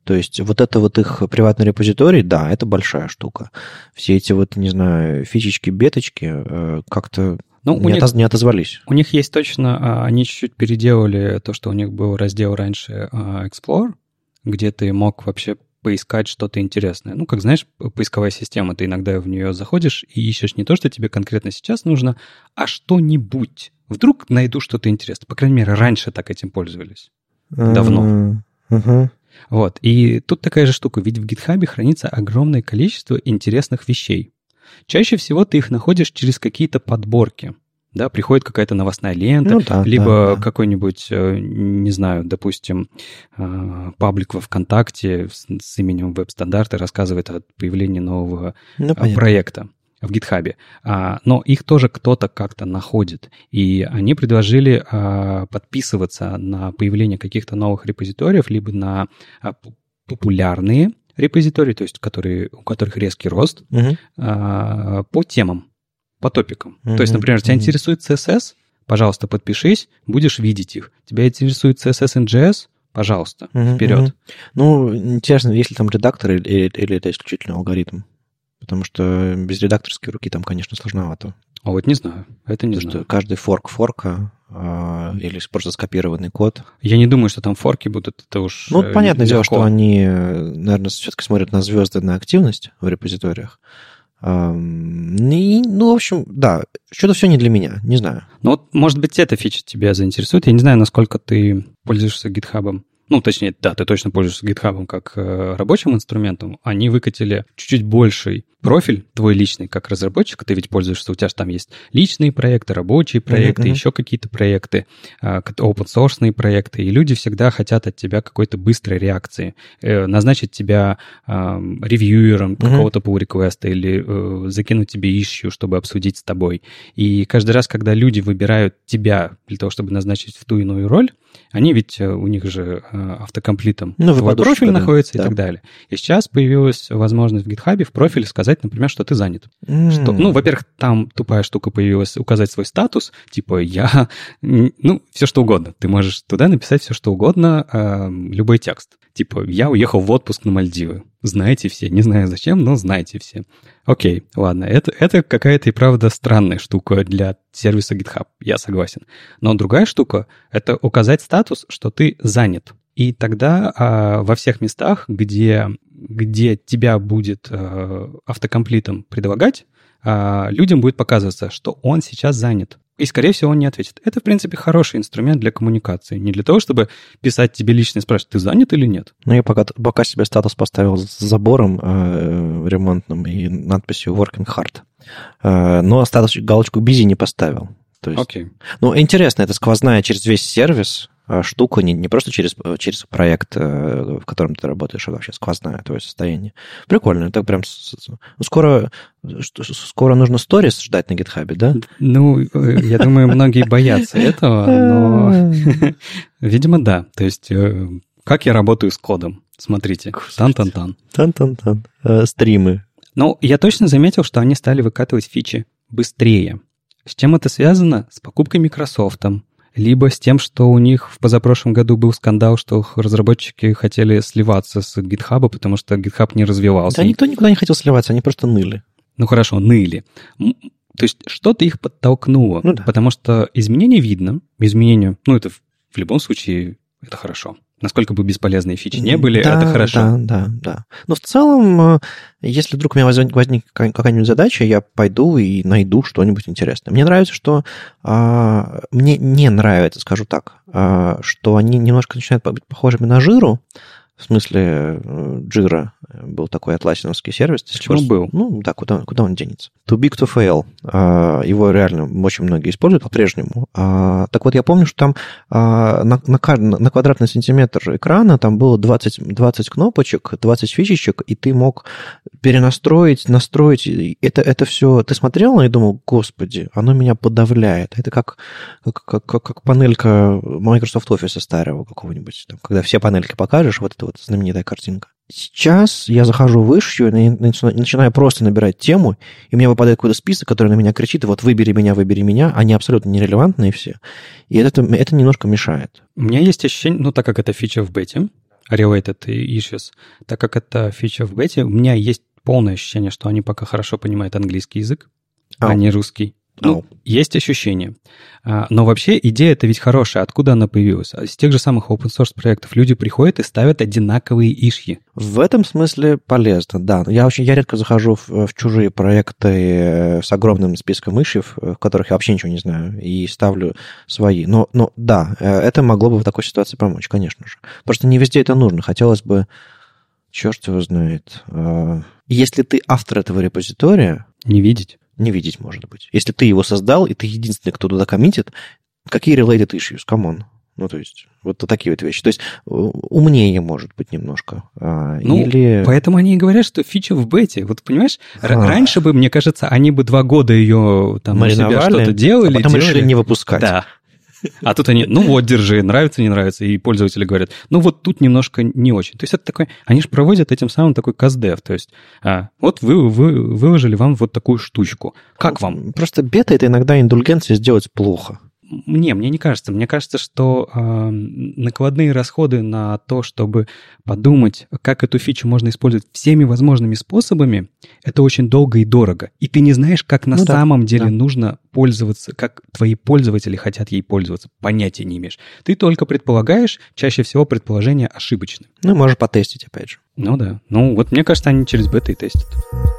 То есть вот это вот их приватный репозиторий, да, это большая штука. Все эти вот, не знаю, фичечки, беточки как-то ну, не, них, отоз, не отозвались. У них есть точно, они чуть-чуть переделали то, что у них был раздел раньше Explore, где ты мог вообще поискать что-то интересное. Ну, как знаешь, поисковая система, ты иногда в нее заходишь и ищешь не то, что тебе конкретно сейчас нужно, а что-нибудь. Вдруг найду что-то интересное. По крайней мере, раньше так этим пользовались. Давно. Uh-huh. Вот. И тут такая же штука. Ведь в GitHub хранится огромное количество интересных вещей. Чаще всего ты их находишь через какие-то подборки. Да, приходит какая-то новостная лента, ну, да, либо да, да. какой-нибудь, не знаю, допустим, паблик во ВКонтакте с, с именем веб-стандарты рассказывает о появлении нового ну, проекта в GitHub. Но их тоже кто-то как-то находит. И они предложили подписываться на появление каких-то новых репозиториев, либо на популярные репозитории, то есть которые, у которых резкий рост, угу. по темам. По топикам. Mm-hmm. То есть, например, тебя mm-hmm. интересует си эс эс, пожалуйста, подпишись, будешь видеть их. Тебя интересует си эс эс and джей эс, пожалуйста, mm-hmm. вперед. Mm-hmm. Ну, интересно, есть ли там редактор или, или это исключительно алгоритм? Потому что без редакторской руки там, конечно, сложновато. А вот не знаю, это не Потому знаю. Что каждый форк форка а, или просто скопированный код. Я не думаю, что там форки будут, это уж Ну, понятное легко. дело, что они, наверное, все-таки смотрят на звезды, на активность в репозиториях. И, ну, в общем, да, что-то все не для меня, не знаю. Ну, вот, может быть, эта фича тебя заинтересует. Я не знаю, насколько ты пользуешься GitHub. Ну, точнее, да, ты точно пользуешься GitHub как э, рабочим инструментом. Они выкатили чуть-чуть больший профиль твой личный как разработчик. Ты ведь пользуешься, у тебя же там есть личные проекты, рабочие проекты, mm-hmm. еще какие-то проекты, э, open-source проекты. И люди всегда хотят от тебя какой-то быстрой реакции. Э, назначить тебя э, ревьюером mm-hmm. какого-то pull-реквеста или э, закинуть тебе issue, чтобы обсудить с тобой. И каждый раз, когда люди выбирают тебя для того, чтобы назначить в ту иную роль, они ведь, у них же автокомплитом ну, твой профиль да, находится да. и так далее. И сейчас появилась возможность в GitHub в профиле сказать, например, что ты занят. Mm. Что, ну, во-первых, там тупая штука появилась, указать свой статус, типа я... Ну, все что угодно. Ты можешь туда написать все что угодно, э, любой текст. Типа я уехал в отпуск на Мальдивы. Знаете все. Не знаю зачем, но знаете все. Окей, ладно. Это, это какая-то и правда странная штука для сервиса GitHub. Я согласен. Но другая штука — это указать статус, что ты занят. И тогда а, во всех местах, где, где тебя будет а, автокомплитом предлагать, а, людям будет показываться, что он сейчас занят. И, скорее всего, он не ответит. Это, в принципе, хороший инструмент для коммуникации. Не для того, чтобы писать тебе лично и спрашивать, ты занят или нет. Ну, я пока, пока себе статус поставил с забором э, ремонтным и надписью working hard. Э, но статус галочку busy не поставил. То есть, Окей. Ну, интересно, это сквозная через весь сервис штука, не, не просто через, через проект, в котором ты работаешь, а вообще сквозное твое состояние. Прикольно. Так прям скоро, скоро нужно сторис ждать на GitHub, да? Ну, я думаю, многие боятся этого, но, видимо, да. То есть, как я работаю с кодом? Смотрите. Тан-тан-тан. Тан-тан-тан. Стримы. Ну, я точно заметил, что они стали выкатывать фичи быстрее. С чем это связано? С покупкой Microsoft, либо с тем, что у них в позапрошлом году был скандал, что разработчики хотели сливаться с GitHub, потому что GitHub не развивался. Да никто никуда не хотел сливаться, они просто ныли. Ну хорошо, ныли. То есть что-то их подтолкнуло, ну, да. Потому что изменения видно, изменения, ну это в любом случае, это хорошо. Насколько бы бесполезные фичи не были, да, это хорошо. Да, да, да. Но в целом, если вдруг у меня возникнет какая-нибудь задача, я пойду и найду что-нибудь интересное. Мне нравится, что... А, мне не нравится, скажу так, а, что они немножко начинают быть похожими на Жиру. В смысле, Jira был такой атласиновский сервис. Почему был? Ну, да, куда, куда он денется? Too big to fail. Его реально очень многие используют по-прежнему. Так вот, я помню, что там на, на, на квадратный сантиметр экрана там было двадцать, двадцать кнопочек, двадцать фичечек, и ты мог перенастроить, настроить. Это, это все... Ты смотрел и думал, господи, оно меня подавляет. Это как, как, как, как панелька Microsoft Office старого какого-нибудь. Там, когда все панельки покажешь, вот это вот знаменитая картинка. Сейчас я захожу в Issue и начинаю просто набирать тему, и мне выпадает какой-то список, который на меня кричит, и вот выбери меня, выбери меня. Они абсолютно нерелевантные все. И это, это немножко мешает. У меня есть ощущение, ну, так как это фича в бете, related issues, так как это фича в бете, у меня есть полное ощущение, что они пока хорошо понимают английский язык, oh. а не русский. Ну, oh. есть ощущение. Но вообще идея это ведь хорошая. Откуда она появилась? Из тех же самых open-source проектов люди приходят и ставят одинаковые ишьи. В этом смысле полезно, да. Я очень я редко захожу в, в чужие проекты с огромным списком ишьев, в которых я вообще ничего не знаю, и ставлю свои. Но, но да, это могло бы в такой ситуации помочь, конечно же. Просто не везде это нужно. Хотелось бы... Черт его знает. Если ты автор этого репозитория... Не видеть. Не видеть, может быть. Если ты его создал, и ты единственный, кто туда коммитит, какие related issues? Come on. Ну, то есть, вот такие вот вещи. То есть, умнее, может быть, немножко. Ну, Или... поэтому они и говорят, что фича в бете. Вот, понимаешь, а. раньше бы, мне кажется, они бы два года ее там у себя что-то делали. А потом делали. решили не выпускать. Да. А тут они, ну вот, держи, нравится, не нравится. И пользователи говорят, ну вот тут немножко не очень. То есть это такой, они же проводят этим самым такой каздев. То есть а, вот вы, вы выложили вам вот такую штучку. Как вам? Просто бета — это иногда индульгенция сделать плохо. Не, мне не кажется. Мне кажется, что э, накладные расходы на то, чтобы подумать, как эту фичу можно использовать всеми возможными способами, это очень долго и дорого. И ты не знаешь, как на ну, самом да, деле да. нужно пользоваться, как твои пользователи хотят ей пользоваться. Понятия не имеешь. Ты только предполагаешь, чаще всего предположения ошибочны. Ну, можешь потестить, опять же. Ну да. Ну вот мне кажется, они через бета и тестят.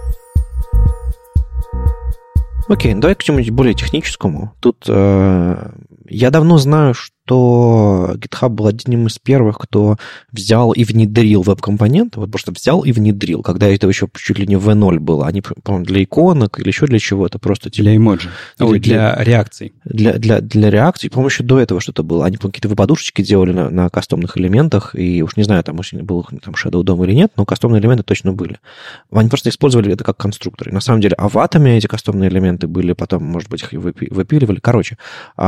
Окей, давай к чему-нибудь более техническому. Тут э, я давно знаю, что GitHub был одним из первых, кто взял и внедрил веб-компоненты, вот просто взял и внедрил, когда это еще чуть ли не ви ноль было. Они, по-моему, для иконок или еще для чего-то просто... Типа, для эмоджи. Ой, для, для реакций. Для, для, для реакций. По-моему, еще до этого что-то было. Они какие-то подушечки делали на, на кастомных элементах, и уж не знаю, там был там Shadow дом или нет, но кастомные элементы точно были. Они просто использовали это как конструкторы. На самом деле, а в Atom эти кастомные элементы были, потом, может быть, их выпиливали. Короче,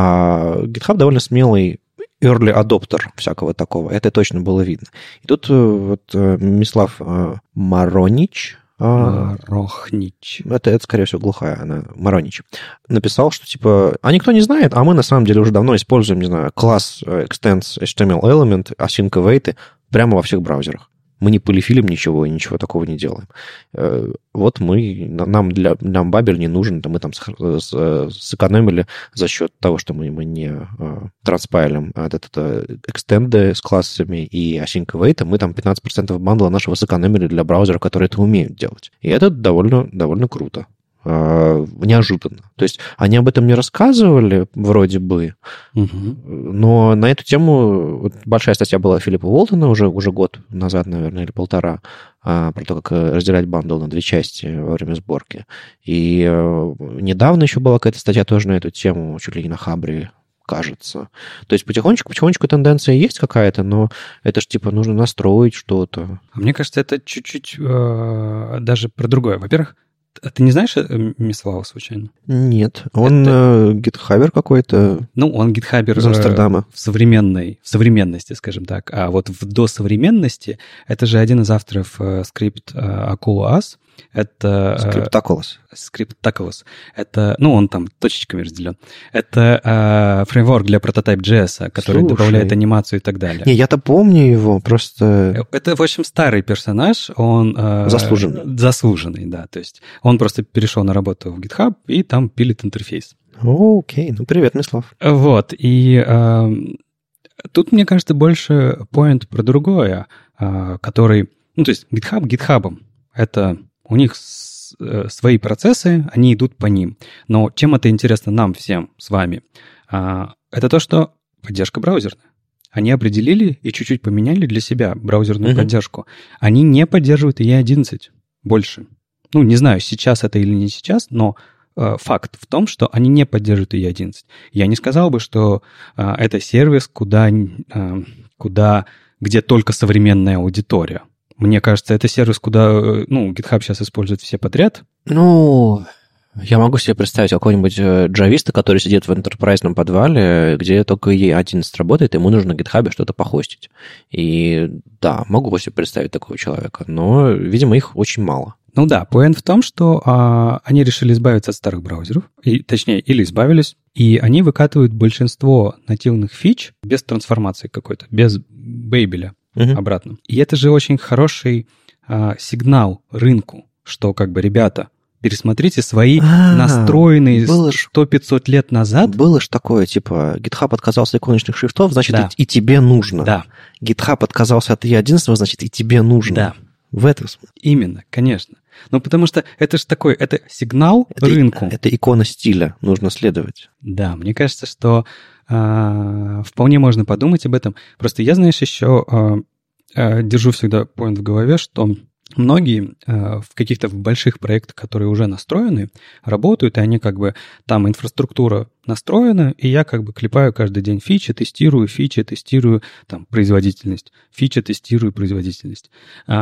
а GitHub довольно смелый early adopter всякого такого. Это точно было видно. И тут вот Мислав Маронич, Марохнич. Это, это, скорее всего, глухая, она Маронич. Написал, что, типа, а никто не знает, а мы, на самом деле, уже давно используем, не знаю, класс extends эйч ти эм эл element, async await прямо во всех браузерах. Мы не полифилим ничего и ничего такого не делаем. Вот мы, нам, для, нам бабель не нужен, мы там сэкономили за счет того, что мы, мы не транспайлим этот экстенды с классами и async await, мы там пятнадцать процентов бандла нашего сэкономили для браузеров, которые это умеют делать. И это довольно, довольно круто. Неожиданно. То есть они об этом не рассказывали, вроде бы, угу. но на эту тему вот большая статья была Филиппа Уолтона уже, уже год назад, наверное, или полтора, про то, как разделять бандл на две части во время сборки. И недавно еще была какая-то статья тоже на эту тему, чуть ли не на Хабре, кажется. То есть потихонечку, потихонечку тенденция есть какая-то, но это же типа нужно настроить что-то. А мне кажется, это чуть-чуть э, даже про другое. Во-первых, а ты не знаешь Мислава случайно? Нет. Он это... гитхабер какой-то. Ну, он гитхабер из Амстердама. В современной, в современности, скажем так. А вот в досовременности это же один из авторов скрипт Акулуас. Это... Скриптакулос. Скриптакулос. Это, ну, он там точечками разделен. Это э, фреймворк для прототайп.js, который Слушай. добавляет анимацию и так далее. Не, я-то помню его, просто... Это, в общем, старый персонаж, он... Э, заслуженный. Заслуженный, да. То есть он просто перешел на работу в GitHub и там пилит интерфейс. Окей, ну привет, Мислав. Вот, и э, тут, мне кажется, больше поинт про другое, э, который... Ну, то есть GitHub GitHub'ом. Это... У них свои процессы, они идут по ним. Но чем это интересно нам всем с вами? Это то, что поддержка браузерная. Они определили и чуть-чуть поменяли для себя браузерную mm-hmm. поддержку. Они не поддерживают и и одиннадцать больше. Ну, не знаю, сейчас это или не сейчас, но факт в том, что они не поддерживают и и одиннадцать. Я не сказал бы, что это сервис, куда, куда, где только современная аудитория. Мне кажется, это сервис, куда, ну, GitHub сейчас использует все подряд. Ну, я могу себе представить какого-нибудь джависта, который сидит в энтерпрайзном подвале, где только и и одиннадцать работает, ему нужно на GitHub что-то похостить. И да, могу себе представить такого человека, но, видимо, их очень мало. Ну да, поинт в том, что а, они решили избавиться от старых браузеров, и, точнее, или избавились, и они выкатывают большинство нативных фич без трансформации какой-то, без бейбеля. угу. обратно. И это же очень хороший а, сигнал рынку, что как бы, ребята, пересмотрите свои А-а-а, настроенные сто-пятьсот лет назад. Было ж такое, типа, GitHub отказался от иконочных шрифтов, значит, да. и, и тебе нужно. Да. GitHub отказался от и одиннадцать, значит, и тебе нужно. Да. В этом смысле. Именно, конечно. Ну, потому что это же такой, это сигнал это, рынку. Это икона стиля, нужно следовать. Да, мне кажется, что э, вполне можно подумать об этом. Просто я, знаешь, еще э, э, держу всегда point в голове, что многие э, в каких-то в больших проектах, которые уже настроены, работают, и они как бы, там инфраструктура настроена, и я как бы клепаю каждый день фичи, тестирую фичи, тестирую там производительность, фичи, тестирую производительность.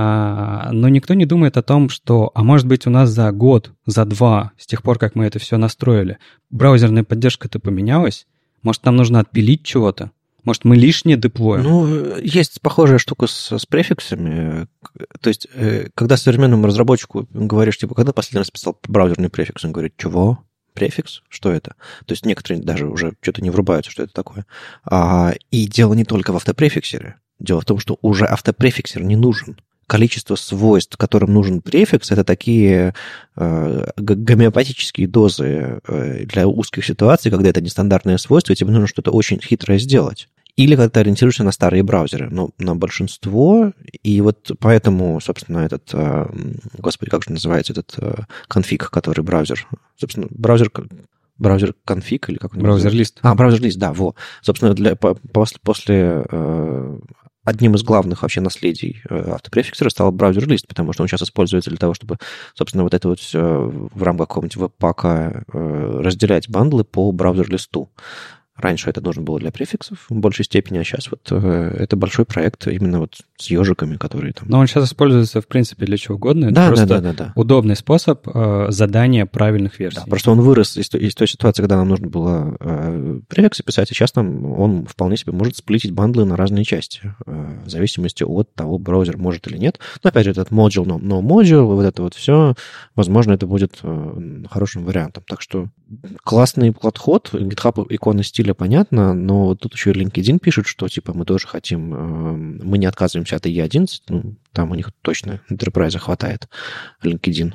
А, но никто не думает о том, что, а может быть, у нас за год, за два, с тех пор, как мы это все настроили, браузерная поддержка-то поменялась, может, нам нужно отпилить чего-то? Может, мы лишнее деплоим? Ну, есть похожая штука с, с префиксами. То есть, когда современному разработчику говоришь, типа, когда последний раз писал браузерный префикс, он говорит, чего? Префикс? Что это? То есть, некоторые даже уже что-то не врубаются, что это такое. А, и дело не только в автопрефиксере. Дело в том, что уже автопрефиксер не нужен. Количество свойств, которым нужен префикс, это такие э, гомеопатические дозы э, для узких ситуаций, когда это нестандартное свойство, и тебе нужно что-то очень хитрое сделать. Или когда ты ориентируешься на старые браузеры. Но на большинство, и вот поэтому, собственно, этот, э, господи, как же называется этот э, конфиг, который браузер, собственно, браузер... Браузер конфиг или как он называется? Браузер-лист. А, браузер-лист, да, во. Собственно, для, по, после, после э, одним из главных вообще наследий автопрефиксера стал браузер-лист, потому что он сейчас используется для того, чтобы, собственно, вот это вот все в рамках какого-нибудь веб-пака э, разделять бандлы по браузер-листу. Раньше это нужно было для префиксов в большей степени, а сейчас вот э, это большой проект именно вот с ежиками, которые там... Но он сейчас используется, в принципе, для чего угодно. Да, это просто да, да, да, да. удобный способ э, задания правильных версий. Да, просто он вырос из, из той ситуации, когда нам нужно было э, префиксы писать, и сейчас там он вполне себе может сплитить бандлы на разные части, э, в зависимости от того, браузер может или нет. Но, опять же, этот module, no, no module, вот это вот все, возможно, это будет э, хорошим вариантом. Так что классный подход, GitHub икона стиля понятно, но тут еще и LinkedIn пишет, что типа мы тоже хотим, э, мы не отказываемся от и одиннадцать, ну, там у них точно Enterprise хватает, LinkedIn,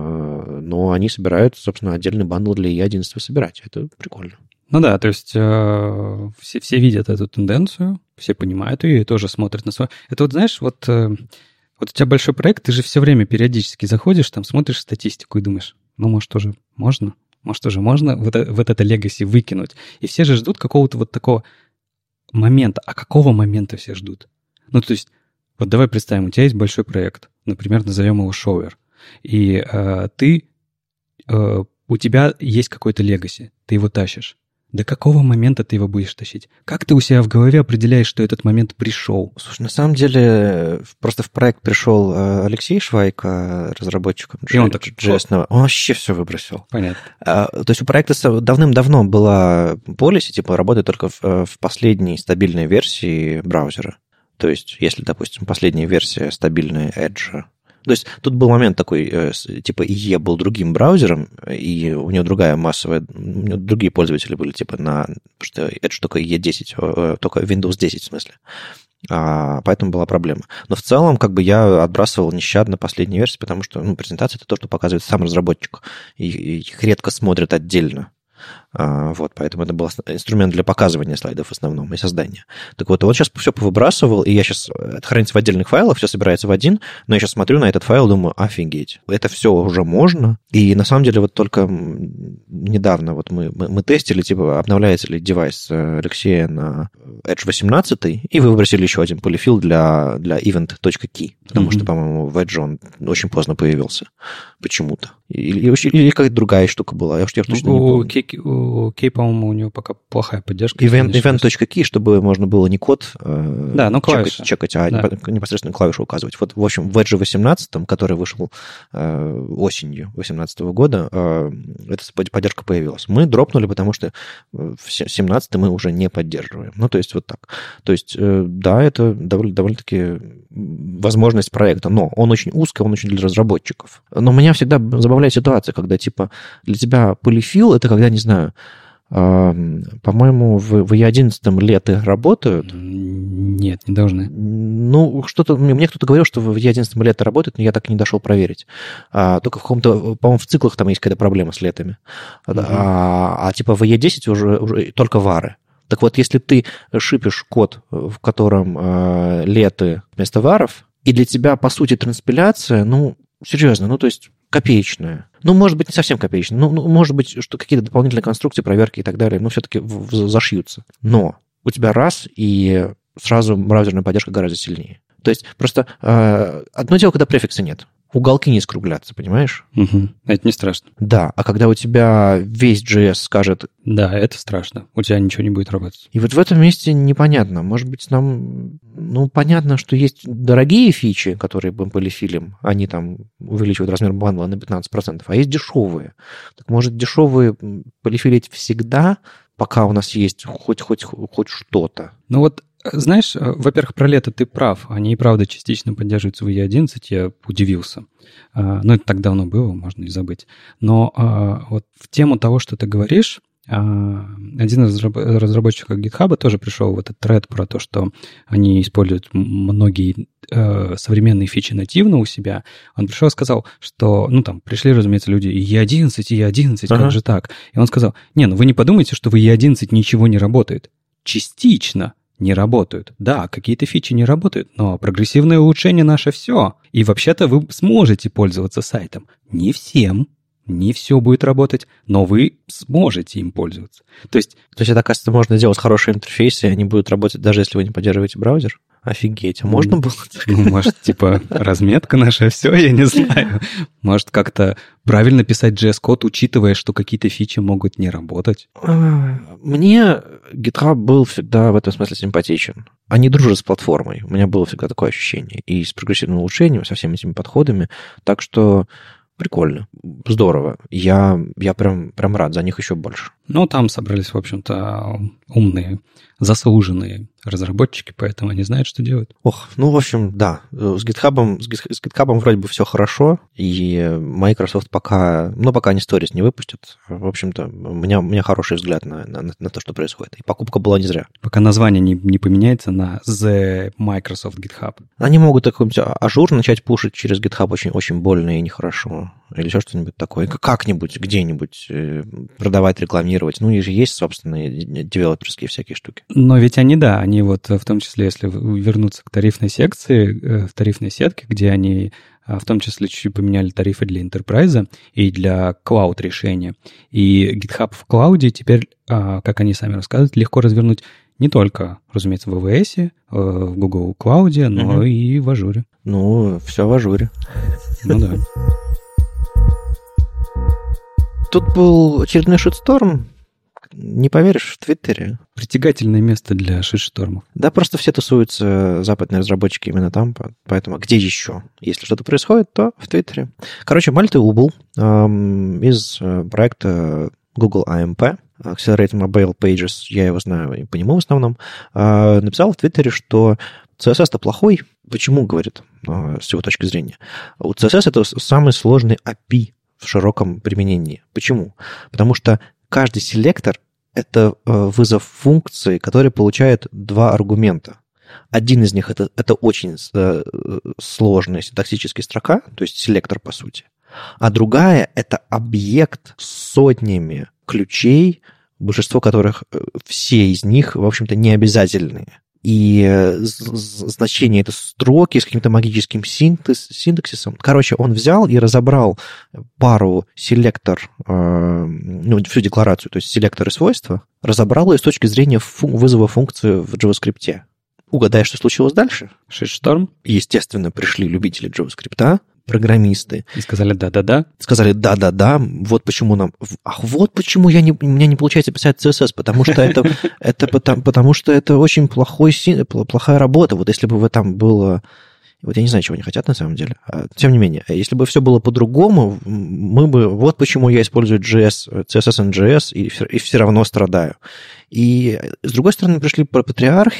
э, но они собирают, собственно, отдельный бандл для и одиннадцать собирать, это прикольно. Ну да, то есть э, все, все видят эту тенденцию, все понимают ее и тоже смотрят на свой... Это вот, знаешь, вот, э, вот у тебя большой проект, ты же все время периодически заходишь, там смотришь статистику и думаешь, ну, может, тоже можно? Может, уже можно вот, вот это legacy выкинуть? И все же ждут какого-то вот такого момента. А какого момента все ждут? Ну, то есть, вот давай представим, у тебя есть большой проект, например, назовем его Shower, и э, ты, э, у тебя есть какой-то legacy, ты его тащишь. До какого момента ты его будешь тащить? Как ты у себя в голове определяешь, что этот момент пришел? Слушай, на самом деле, просто в проект пришел Алексей Швайка, разработчиком и он, так, джей эс, он вообще все выбросил. Понятно. То есть у проекта давным-давно была policy, типа, работать только в, в последней стабильной версии браузера. То есть, если, допустим, последняя версия стабильная Edge... То есть тут был момент такой, типа и и и был другим браузером, и у него другая массовая, у него другие пользователи были, типа на... Потому что Edge только и и десять, только Windows десять в смысле. А, поэтому была проблема. Но в целом, как бы я отбрасывал нещадно последние версии, потому что ну, презентация — это то, что показывает сам разработчик. И, и их редко смотрят отдельно. А, вот, поэтому это был инструмент для показывания слайдов в основном и создания. Так вот, он сейчас все повыбрасывал, и я сейчас... Это хранится в отдельных файлах, все собирается в один, но я сейчас смотрю на этот файл, думаю, офигеть, это все уже можно. И на самом деле вот только недавно вот мы, мы, мы тестили, типа, обновляется ли девайс Алексея на Edge восемнадцать, и вы выбросили еще один полифил для, для event.key, потому mm-hmm. что, по-моему, в Edge он очень поздно появился почему-то. Или, или, или какая-то другая штука была, я уж я точно не помню. У Кей, по-моему, у него пока плохая поддержка. Event, event.key, чтобы можно было не код э, да, ну, чекать, чекать, а да. непосредственно клавишу указывать. Вот, в общем, в Edge восемнадцать, который вышел э, осенью две тысячи восемнадцатого года, э, эта поддержка появилась. Мы дропнули, потому что в семнадцатом мы уже не поддерживаем. Ну, то есть вот так. То есть, э, да, это довольно, довольно-таки возможность проекта, но он очень узкий, он очень для разработчиков. Но меня всегда забавляет ситуация, когда, типа, для тебя полифил — это когда, не знаю, По-моему, в, в и одиннадцать леты работают. Нет, не должны. Ну, что-то... Мне кто-то говорил, что в и одиннадцать леты работают, но я так и не дошел проверить. А, только в каком-то... По-моему, в циклах там есть какая-то проблема с летами. Uh-huh. А, а типа в и десять уже, уже только вары. Так вот, если ты шипишь код, в котором э, леты вместо варов, и для тебя, по сути, транспиляция, ну, серьезно, ну, то есть копеечная. Ну, может быть, не совсем копеечная. Ну, ну может быть, что какие-то дополнительные конструкции, проверки и так далее, ну, все-таки в- в- зашьются. Но у тебя раз, и сразу браузерная поддержка гораздо сильнее. То есть просто э, одно дело, когда префикса нет. Уголки не скруглятся, понимаешь? Угу. Это не страшно. Да, а когда у тебя весь джей эс скажет... Да, это страшно. У тебя ничего не будет работать. И вот в этом месте непонятно. Может быть, нам... Ну, понятно, что есть дорогие фичи, которые мы полифилим. Они там увеличивают размер бандла на пятнадцать процентов. А есть дешевые. Так может, дешевые полифилить всегда, пока у нас есть хоть, хоть, хоть что-то? Ну вот, знаешь, во-первых, про лето ты прав. Они и правда частично поддерживаются в и одиннадцать. Я удивился. Ну, это так давно было, можно и забыть. Но вот в тему того, что ты говоришь, один из разработчиков GitHub тоже пришел в этот тред про то, что они используют многие современные фичи нативно у себя. Он пришел и сказал, что, ну, там, пришли, разумеется, люди и и одиннадцать, и и одиннадцать, ага. Как же так? И он сказал, не, ну вы не подумайте, что в и одиннадцать ничего не работает. Частично не работают. Да, какие-то фичи не работают, но прогрессивное улучшение наше все. И вообще-то вы сможете пользоваться сайтом. Не всем, не все будет работать, но вы сможете им пользоваться. То есть... То есть это, оказывается, можно сделать хорошие интерфейсы, и они будут работать, даже если вы не поддерживаете браузер? Офигеть, а можно было? Ну, может, типа, разметка наша, все, я не знаю. Может, как-то правильно писать джей эс-код, учитывая, что какие-то фичи могут не работать? Мне GitHub был всегда в этом смысле симпатичен. Они дружат с платформой. У меня было всегда такое ощущение. И с прогрессивным улучшением, со всеми этими подходами. Так что прикольно, здорово. Я, я прям, прям рад за них еще больше. Ну, там собрались, в общем-то, умные, заслуженные разработчики, поэтому они знают, что делать. Ох, ну, в общем, да. С GitHub, с GitHub вроде бы все хорошо, и Microsoft пока, ну, пока они сторис не выпустят, в общем-то, у меня, у меня хороший взгляд на, на, на то, что происходит. И покупка была не зря. Пока название не, не поменяется на The Microsoft GitHub. Они могут какой-нибудь ажур начать пушить через GitHub очень, очень больно и нехорошо. Или еще что-нибудь такое. Как-нибудь, где-нибудь продавать, рекламировать. Ну, и же есть собственные девелоперские всякие штуки. Но ведь они, да, они вот в том числе, если вернуться к тарифной секции, в тарифной сетке, где они в том числе чуть-чуть поменяли тарифы для Enterprise и для клауд-решения. И GitHub в клауде теперь, как они сами рассказывают, легко развернуть не только, разумеется, в эй ви эс, в Google Cloud, но угу. и в Ажуре. Ну, все в Ажуре. Ну да. Тут был очередной шитсторм. Не поверишь, в Твиттере. Притягательное место для шитштормов. Да, просто все тусуются, западные разработчики именно там, поэтому где еще? Если что-то происходит, то в Твиттере. Короче, Мальты Убл эм, из проекта Google эй эм пи, Accelerate Mobile Pages, я его знаю и по нему в основном, э, написал в Твиттере, что си эс эс-то плохой. Почему, говорит, э, с его точки зрения? У си эс эс это самый сложный эй пи ай в широком применении. Почему? Потому что каждый селектор — это вызов функции, которая получает два аргумента. Один из них это, — это очень сложная синтаксическая строка, то есть селектор, по сути. А другая — это объект с сотнями ключей, большинство которых, все из них, в общем-то, не обязательные. И значение это строки с каким-то магическим синтез, синтаксисом. Короче, он взял и разобрал пару селектор, ну, всю декларацию, то есть селектор и свойства, разобрал ее с точки зрения фун- вызова функции в JavaScript. Угадай, что случилось дальше? Шитшторм. Естественно, пришли любители JavaScript, программисты. И сказали да-да-да. Сказали да-да-да, вот почему нам... Ах, вот почему я не, у меня не получается писать си эс эс, потому что это, это потому, потому что это очень плохой, плохая работа. Вот если бы в этом было... Вот я не знаю, чего они хотят на самом деле. Тем не менее, если бы все было по-другому, мы бы... Вот почему я использую джей эс, си эс эс and джей эс и, и все равно страдаю. И, с другой стороны, пришли патриархи,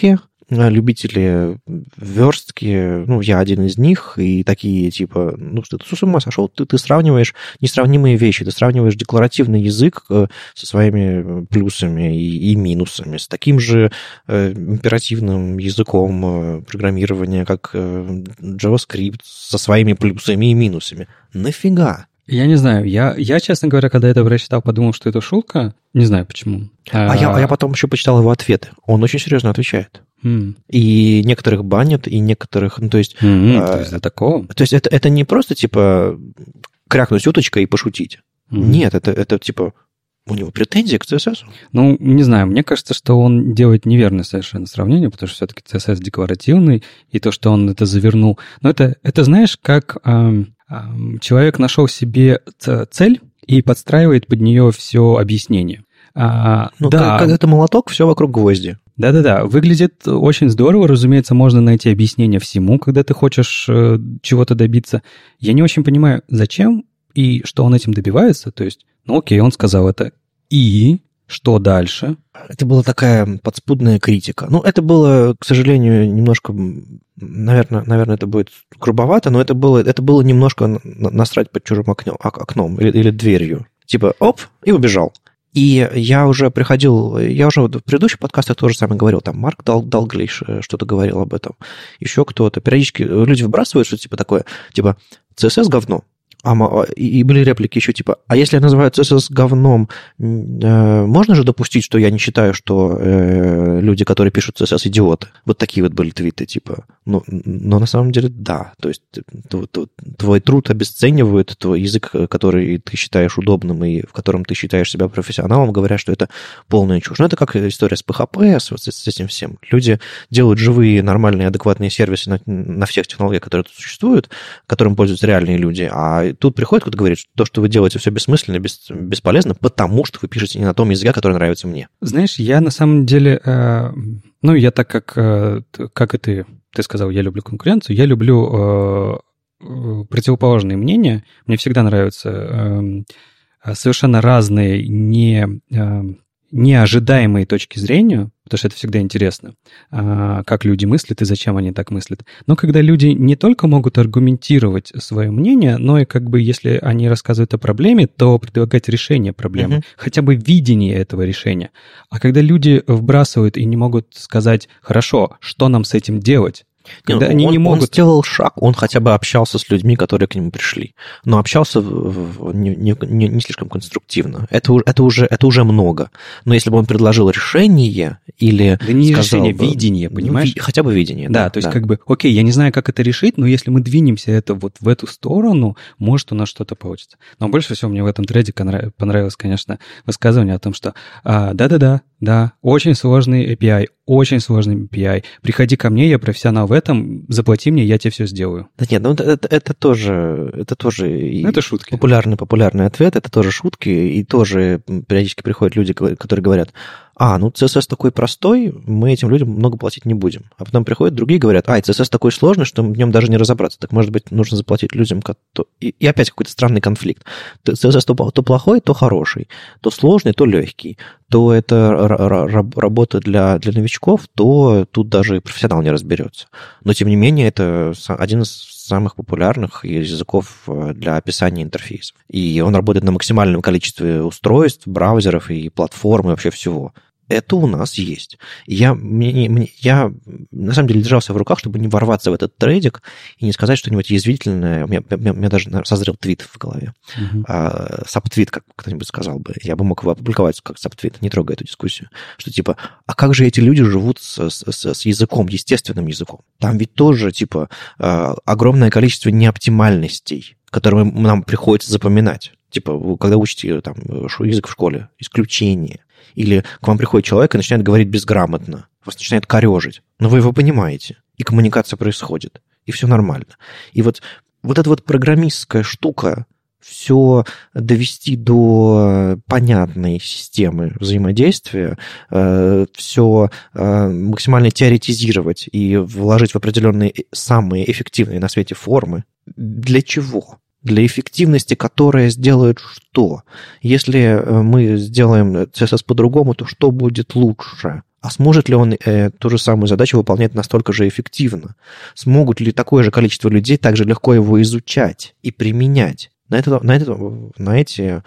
любители верстки, ну, я один из них, и такие, типа, ну, что ты с ума сошел, ты, ты сравниваешь несравнимые вещи, ты сравниваешь декларативный язык со своими плюсами и, и минусами, с таким же э, императивным языком программирования, как э, JavaScript, со своими плюсами и минусами. Нафига? Я не знаю, я, я, честно говоря, когда это прочитал, подумал, что это шутка. Не знаю, почему. А, а, я, а я потом еще почитал его ответы. Он очень серьезно отвечает. Mm. И некоторых банят, и некоторых... Ну, то есть... Mm-hmm, а, то есть до такого? То есть это, это не просто, типа, крякнуть уточкой и пошутить. Mm-hmm. Нет, это, это, типа... У него претензии к си эс эс? Ну, не знаю, мне кажется, что он делает неверное совершенно сравнение, потому что все-таки си эс эс декларативный, и то, что он это завернул. Но это, это знаешь, как э, э, человек нашел себе цель и подстраивает под нее все объяснение. А, ну, да. Когда это молоток, все вокруг гвозди. Да-да-да, выглядит очень здорово, разумеется, можно найти объяснение всему, когда ты хочешь э, чего-то добиться. Я не очень понимаю, зачем и что он этим добивается, то есть, ну окей, он сказал это, и что дальше? Это была такая подспудная критика. Ну, это было, к сожалению, немножко, наверное, наверное, это будет грубовато, но это было, это было немножко насрать под чужим окном, окном или, или дверью. Типа, оп, и убежал. И я уже приходил, я уже в предыдущих подкастах тоже самое говорил, там Марк Дал, Далглиш что-то говорил об этом, еще кто-то. Периодически люди выбрасывают что-то типа такое, типа, си эс эс говно. А, и были реплики еще типа, а если я называю си эс эс говном, можно же допустить, что я не считаю, что э, люди, которые пишут си эс эс, идиоты? Вот такие вот были твиты, типа. Но, но на самом деле да. То есть твой труд обесценивают, твой язык, который ты считаешь удобным и в котором ты считаешь себя профессионалом, говорят, что это полная чушь. Но это как история с пи эйч пи, с, с этим всем. Люди делают живые, нормальные, адекватные сервисы на, на всех технологиях, которые тут существуют, которым пользуются реальные люди, а тут приходит кто-то говорит, что то, что вы делаете, все бессмысленно, бес, бесполезно, потому что вы пишете не на том языке, который нравится мне. Знаешь, я на самом деле, э, ну, я так как, э, как и ты, ты сказал, я люблю конкуренцию, я люблю э, противоположные мнения. Мне всегда нравятся э, совершенно разные, не, э, неожидаемые точки зрения, потому что это всегда интересно, как люди мыслят и зачем они так мыслят. Но когда люди не только могут аргументировать свое мнение, но и как бы если они рассказывают о проблеме, то предлагать решение проблемы, uh-huh. хотя бы видение этого решения. А когда люди вбрасывают и не могут сказать, хорошо, что нам с этим делать? Когда не, они он, не могут... он сделал шаг, он хотя бы общался с людьми, которые к нему пришли. Но общался в, в, не, не, не слишком конструктивно. Это, это, уже, это уже много. Но если бы он предложил решение или... Да не сказал решение, бы, видение, понимаешь? Ви, хотя бы видение. Да, да то есть да. как бы, окей, я не знаю, как это решить, но если мы двинемся это вот в эту сторону, может, у нас что-то получится. Но больше всего мне в этом треде понравилось, конечно, высказывание о том, что а, да-да-да, да, очень сложный эй пи ай, очень сложный эй пи ай. Приходи ко мне, я профессионал в этом, заплати мне, я тебе все сделаю. Да нет, ну это, это, это тоже, это тоже ну, это шутки. Популярный, популярный ответ, это тоже шутки, и тоже периодически приходят люди, которые говорят, а, ну си эс эс такой простой, мы этим людям много платить не будем. А потом приходят другие и говорят, а, си эс эс такой сложный, что в нем даже не разобраться. Так, может быть, нужно заплатить людям... И, и опять какой-то странный конфликт. си эс эс то, то плохой, то хороший, то сложный, то легкий, то это работа для, для новичков, то тут даже профессионал не разберется. Но, тем не менее, это один из самых популярных языков для описания интерфейсов. И он работает на максимальном количестве устройств, браузеров и платформ, и вообще всего. Это у нас есть. Я, мне, мне, я на самом деле держался в руках, чтобы не ворваться в этот трейдик и не сказать что-нибудь язвительное. У меня, у меня даже созрел твит в голове. Uh-huh. А, сабтвит, как кто-нибудь сказал бы. Я бы мог его опубликовать как сабтвит, не трогая эту дискуссию. Что типа, а как же эти люди живут с, с, с языком, естественным языком? Там ведь тоже типа огромное количество неоптимальностей, которые нам приходится запоминать. Типа, когда учите там, язык в школе, исключения. Или к вам приходит человек и начинает говорить безграмотно, вас начинает корежить. Но вы его понимаете, и коммуникация происходит, и все нормально. И вот, вот эта вот программистская штука, все довести до понятной системы взаимодействия, все максимально теоретизировать и вложить в определенные самые эффективные на свете формы. Для чего? для эффективности, которая сделает что? Если мы сделаем си эс эс по-другому, то что будет лучше? А сможет ли он э, ту же самую задачу выполнять настолько же эффективно? Смогут ли такое же количество людей также легко его изучать и применять? На, это, на, это, на эти э,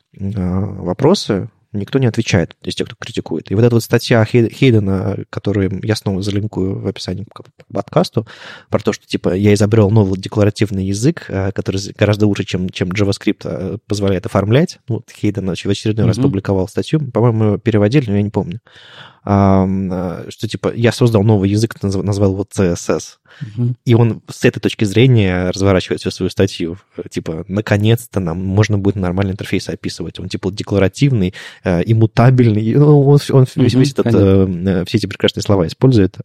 вопросы никто не отвечает из тех, кто критикует. И вот эта вот статья Хейдена, которую я снова залинкую в описании к подкасту, про то, что типа я изобрел новый декларативный язык, который гораздо лучше, чем, чем JavaScript позволяет оформлять. Ну, вот Хейден в очередной mm-hmm. раз публиковал статью. По-моему, переводили, но я не помню. Что типа я создал новый язык, назвал его си эс эс. Uh-huh. И он с этой точки зрения разворачивает всю свою статью. Типа, наконец-то нам можно будет нормальный интерфейс описывать. Он типа декларативный, э, иммутабельный. Ну, он он uh-huh, весь, весь этот, э, все эти прекрасные слова использует.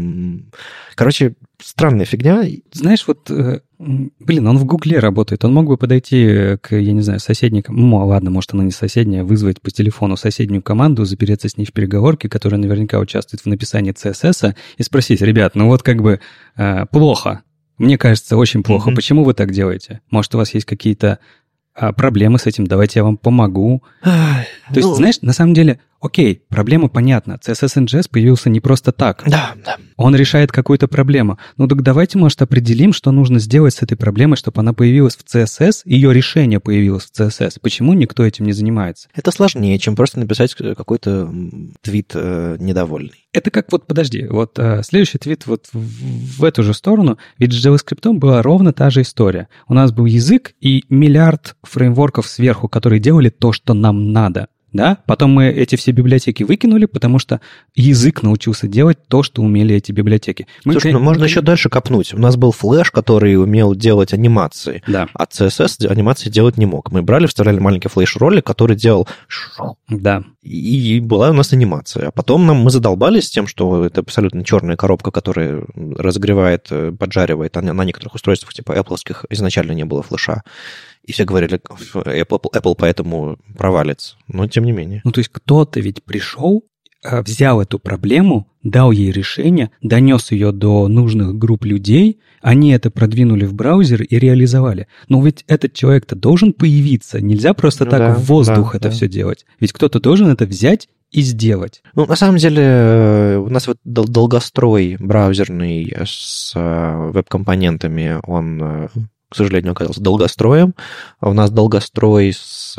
Короче, странная фигня. Знаешь, вот, э, блин, он в Гугле работает. Он мог бы подойти к, я не знаю, соседней... Ну, ладно, может, она не соседняя, вызвать по телефону соседнюю команду, запереться с ней в переговорке, которая наверняка участвует в написании си эс эс, и спросить: ребят, ну вот как бы э, плохо. Мне кажется, очень плохо. Mm-hmm. Почему вы так делаете? Может, у вас есть какие-то а, проблемы с этим? Давайте я вам помогу. То есть, ну... знаешь, на самом деле... Окей, проблема понятна. си эс эс эн джи эс появился не просто так. Да, да. Он решает какую-то проблему. Ну так давайте, может, определим, что нужно сделать с этой проблемой, чтобы она появилась в си эс эс, ее решение появилось в си эс эс. Почему никто этим не занимается? Это сложнее, чем просто написать какой-то твит э, недовольный. Это как вот, подожди, вот э, следующий твит вот в, в эту же сторону, ведь с JavaScript была ровно та же история. У нас был язык и миллиард фреймворков сверху, которые делали то, что нам надо. Да? Потом мы эти все библиотеки выкинули, потому что язык научился делать то, что умели эти библиотеки. Мы Слушай, к... ну можно еще дальше копнуть. У нас был Flash, который умел делать анимации, да. а си эс эс анимации делать не мог. Мы брали, вставляли маленький флеш-ролик, который делал... Да. И была у нас анимация. А потом нам мы задолбались с тем, что это абсолютно черная коробка, которая разогревает, поджаривает. А на некоторых устройствах, типа Apple-овских, изначально не было флеша. И все говорили, Apple, Apple поэтому провалится. Но тем не менее. Ну, то есть кто-то ведь пришел, взял эту проблему, дал ей решение, донес ее до нужных групп людей, они это продвинули в браузер и реализовали. Но ведь этот человек-то должен появиться. Нельзя просто ну, так да, в воздух да, это да. все делать. Ведь кто-то должен это взять и сделать. Ну, на самом деле, у нас вот долгострой браузерный с веб-компонентами, он... к сожалению, оказался долгостроем. А у нас долгострой с...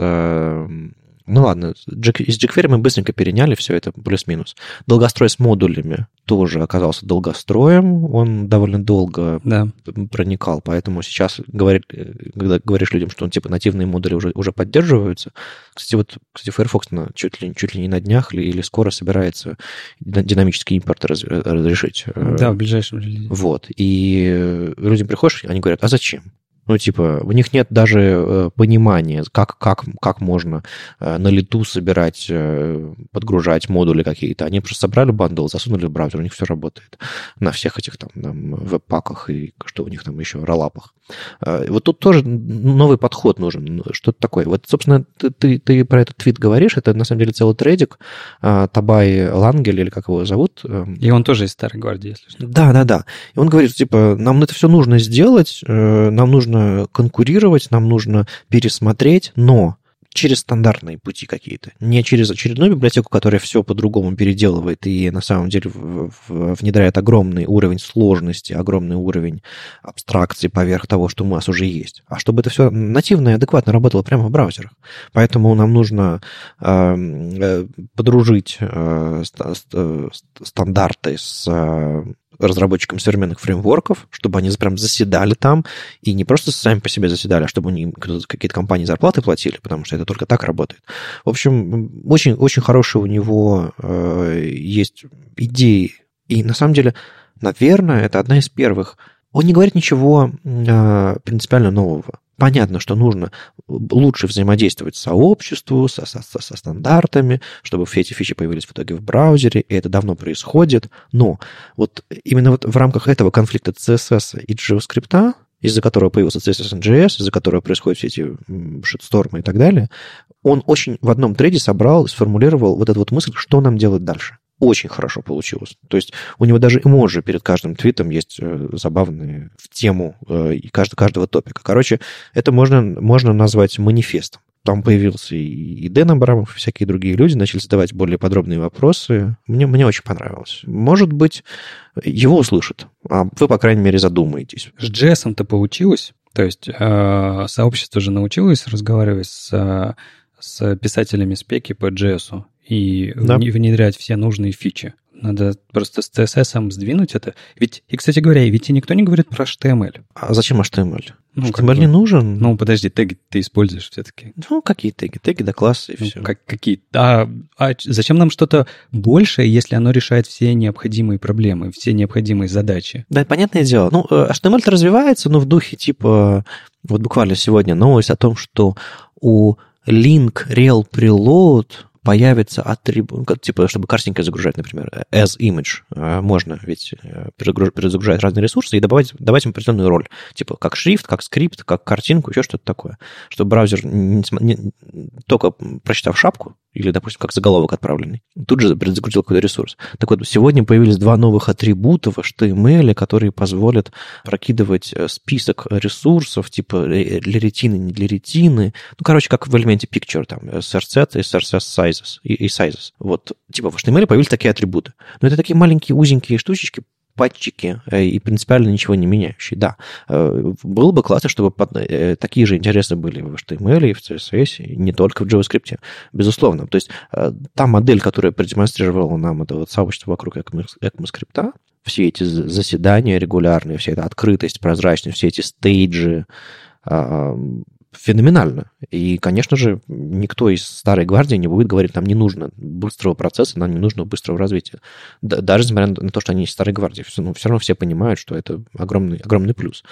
Ну ладно, из jQuery мы быстренько переняли все это, плюс-минус. Долгострой с модулями тоже оказался долгостроем. Он довольно долго да. проникал, поэтому сейчас, говорит, когда говоришь людям, что типа нативные модули уже, уже поддерживаются... Кстати, вот кстати, Firefox на, чуть, ли, чуть ли не на днях или, или скоро собирается динамический импорт раз, разрешить. Да, в ближайшем релизе. Вот. И людям приходишь, они говорят: а зачем? Ну, типа, у них нет даже э, понимания, как, как, как можно э, на лету собирать, э, подгружать модули какие-то. Они просто собрали бандл, засунули в браузер, у них все работает на всех этих там, там веб-паках и что у них там еще, роллапах. Э, вот тут тоже новый подход нужен, что-то такое. Вот, собственно, ты, ты, ты про этот твит говоришь, это на самом деле целый трейдик, э, Табай Лангель, или как его зовут. Э, и он тоже из Старой Гвардии, если что. Да, да, да. И он говорит, типа, нам это все нужно сделать, э, нам нужно конкурировать, нам нужно пересмотреть, но через стандартные пути какие-то, не через очередную библиотеку, которая все по-другому переделывает и на самом деле внедряет огромный уровень сложности, огромный уровень абстракции поверх того, что у нас уже есть, а чтобы это все нативно и адекватно работало прямо в браузерах. Поэтому нам нужно э, подружить э, стандарты с разработчикам современных фреймворков, чтобы они прям заседали там, и не просто сами по себе заседали, а чтобы они какие-то компании зарплаты платили, потому что это только так работает. В общем, очень, очень хорошие у него э, есть идеи, и на самом деле, наверное, это одна из первых. Он не говорит ничего э, принципиально нового. Понятно, что нужно лучше взаимодействовать с сообществом, со, со, со стандартами, чтобы все эти фичи появились в итоге в браузере, и это давно происходит. Но вот именно вот в рамках этого конфликта си эс эс и JavaScript, из-за которого появился си эс эс эн джи эс, из-за которого происходят все эти шитстормы и так далее, он очень в одном трейде собрал, сформулировал вот эту вот мысль, что нам делать дальше. очень хорошо получилось. То есть у него даже эмоджи перед каждым твитом есть забавные в тему каждого, каждого топика. Короче, это можно, можно назвать манифестом. Там появился и Дэн Абрамов, и всякие другие люди, начали задавать более подробные вопросы. Мне, мне очень понравилось. Может быть, его услышат, а вы, по крайней мере, задумаетесь. С джессом-то получилось? То есть э, сообщество же научилось разговаривать с, с писателями спеки по джессу и да. внедрять все нужные фичи. Надо просто с си эс эс сдвинуть это. Ведь, и, кстати говоря, ведь и никто не говорит про эйч ти эм эль. А зачем эйч ти эм эль? Ну, эйч ти эм эль не нужен. Ну, подожди, теги ты используешь все-таки. Ну, какие теги? Теги до класса и ну, все. Как, какие? А, а зачем нам что-то большее, если оно решает все необходимые проблемы, все необходимые задачи? Да, понятное дело. Ну, эйч ти эм эль-то развивается, но в духе типа... Вот буквально сегодня новость о том, что у link rel preload появится атрибут, типа, чтобы картинкой загружать, например, as image, можно ведь перезагружать разные ресурсы и добавить, давать им определенную роль, типа, как шрифт, как скрипт, как картинку, еще что-то такое, чтобы браузер, не, не, только прочитав шапку, или, допустим, как заголовок отправленный, тут же предзагрузил какой-то ресурс. Так вот, сегодня появились два новых атрибута в эйч ти эм эль, которые позволят прокидывать список ресурсов, типа для ретины, не для ретины. Ну, короче, как в элементе picture, там, эс эр сет и эс эр эс sizes, и, и sizes. Вот, типа в эйч ти эм эль появились такие атрибуты. Но это такие маленькие узенькие штучечки, патчики и принципиально ничего не меняющие. Да, было бы классно, чтобы такие же интересы были в эйч ти эм эль, и в си эс эс, и не только в JavaScript, безусловно. То есть та модель, которая продемонстрировала нам это вот сообщество вокруг ECMAScript, все эти заседания регулярные, вся эта открытость, прозрачность, все эти стейджи, феноменально. И, конечно же, никто из старой гвардии не будет говорить, нам не нужно быстрого процесса, нам не нужно быстрого развития. Даже несмотря на то, что они из старой гвардии. Ну, все равно все понимают, что это огромный, огромный плюс.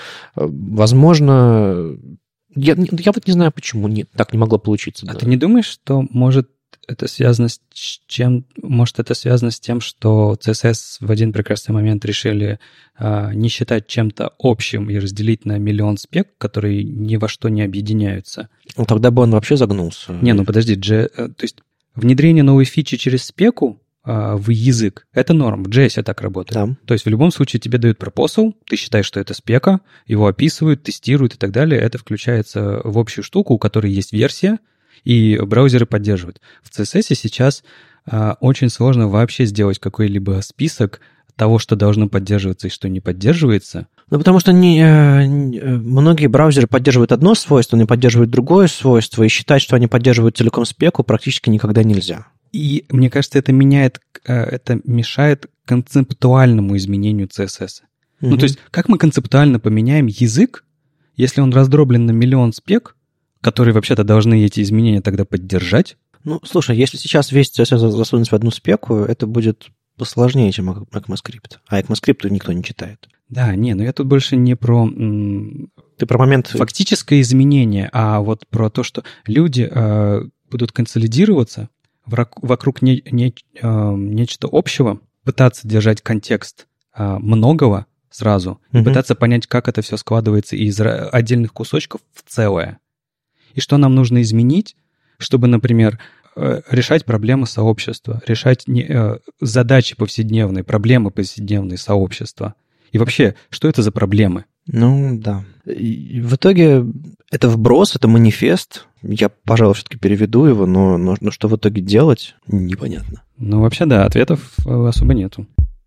Возможно, я, я вот не знаю, почему не, так не могло получиться. А да. ты не думаешь, что может это связано с чем? Может, это связано с тем, что си эс эс в один прекрасный момент решили а, не считать чем-то общим и разделить на миллион спек, которые ни во что не объединяются? Ну, тогда бы он вообще загнулся. Не, ну подожди, Dj, то есть внедрение новой фичи через спеку а, в язык — это норм. В джей эс так работает. Да. То есть в любом случае тебе дают пропосал, ты считаешь, что это спека, его описывают, тестируют и так далее. Это включается в общую штуку, у которой есть версия, и браузеры поддерживают. В си эс эс сейчас а, очень сложно вообще сделать какой-либо список того, что должно поддерживаться и что не поддерживается. Ну, потому что не, не, многие браузеры поддерживают одно свойство, не поддерживают другое свойство, и считать, что они поддерживают целиком спеку, практически никогда нельзя. И мне кажется, это меняет, это мешает концептуальному изменению си эс эс. Угу. Ну, то есть, как мы концептуально поменяем язык, если он раздроблен на миллион спек, которые вообще-то должны эти изменения тогда поддержать? Ну, слушай, если сейчас весь си эс эс засунуть в одну спеку, это будет посложнее, чем ECMAScript. А ECMAScript никто не читает. Да, не, но я тут больше не про... Ты про момент... фактическое изменение, а вот про то, что люди э, будут консолидироваться вокруг не, не, э, нечто общего, пытаться держать контекст э, многого сразу, и угу. пытаться понять, как это все складывается из отдельных кусочков в целое. И что нам нужно изменить, чтобы, например, решать проблемы сообщества, решать не, э, задачи повседневные, проблемы повседневные сообщества. И вообще, что это за проблемы? Ну, да. И в итоге это вброс, это манифест. Я, пожалуй, все-таки переведу его, но, но, но что в итоге делать, непонятно. Ну, вообще, да, ответов особо нету.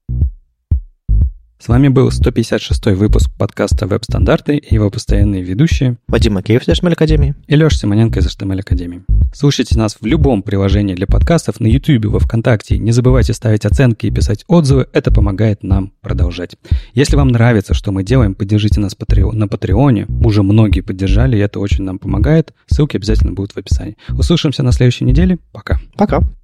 С вами был сто пятьдесят шестой выпуск подкаста «Веб-стандарты» и его постоянные ведущие Вадим Макеев из эйч ти эм эль Академии и Леша Симоненко из эйч ти эм эль Академии. Слушайте нас в любом приложении для подкастов, на YouTube, во ВКонтакте. Не забывайте ставить оценки и писать отзывы, это помогает нам продолжать. Если вам нравится, что мы делаем, поддержите нас на Патреоне. Уже многие поддержали, и это очень нам помогает. Ссылки обязательно будут в описании. Услышимся на следующей неделе. Пока. Пока.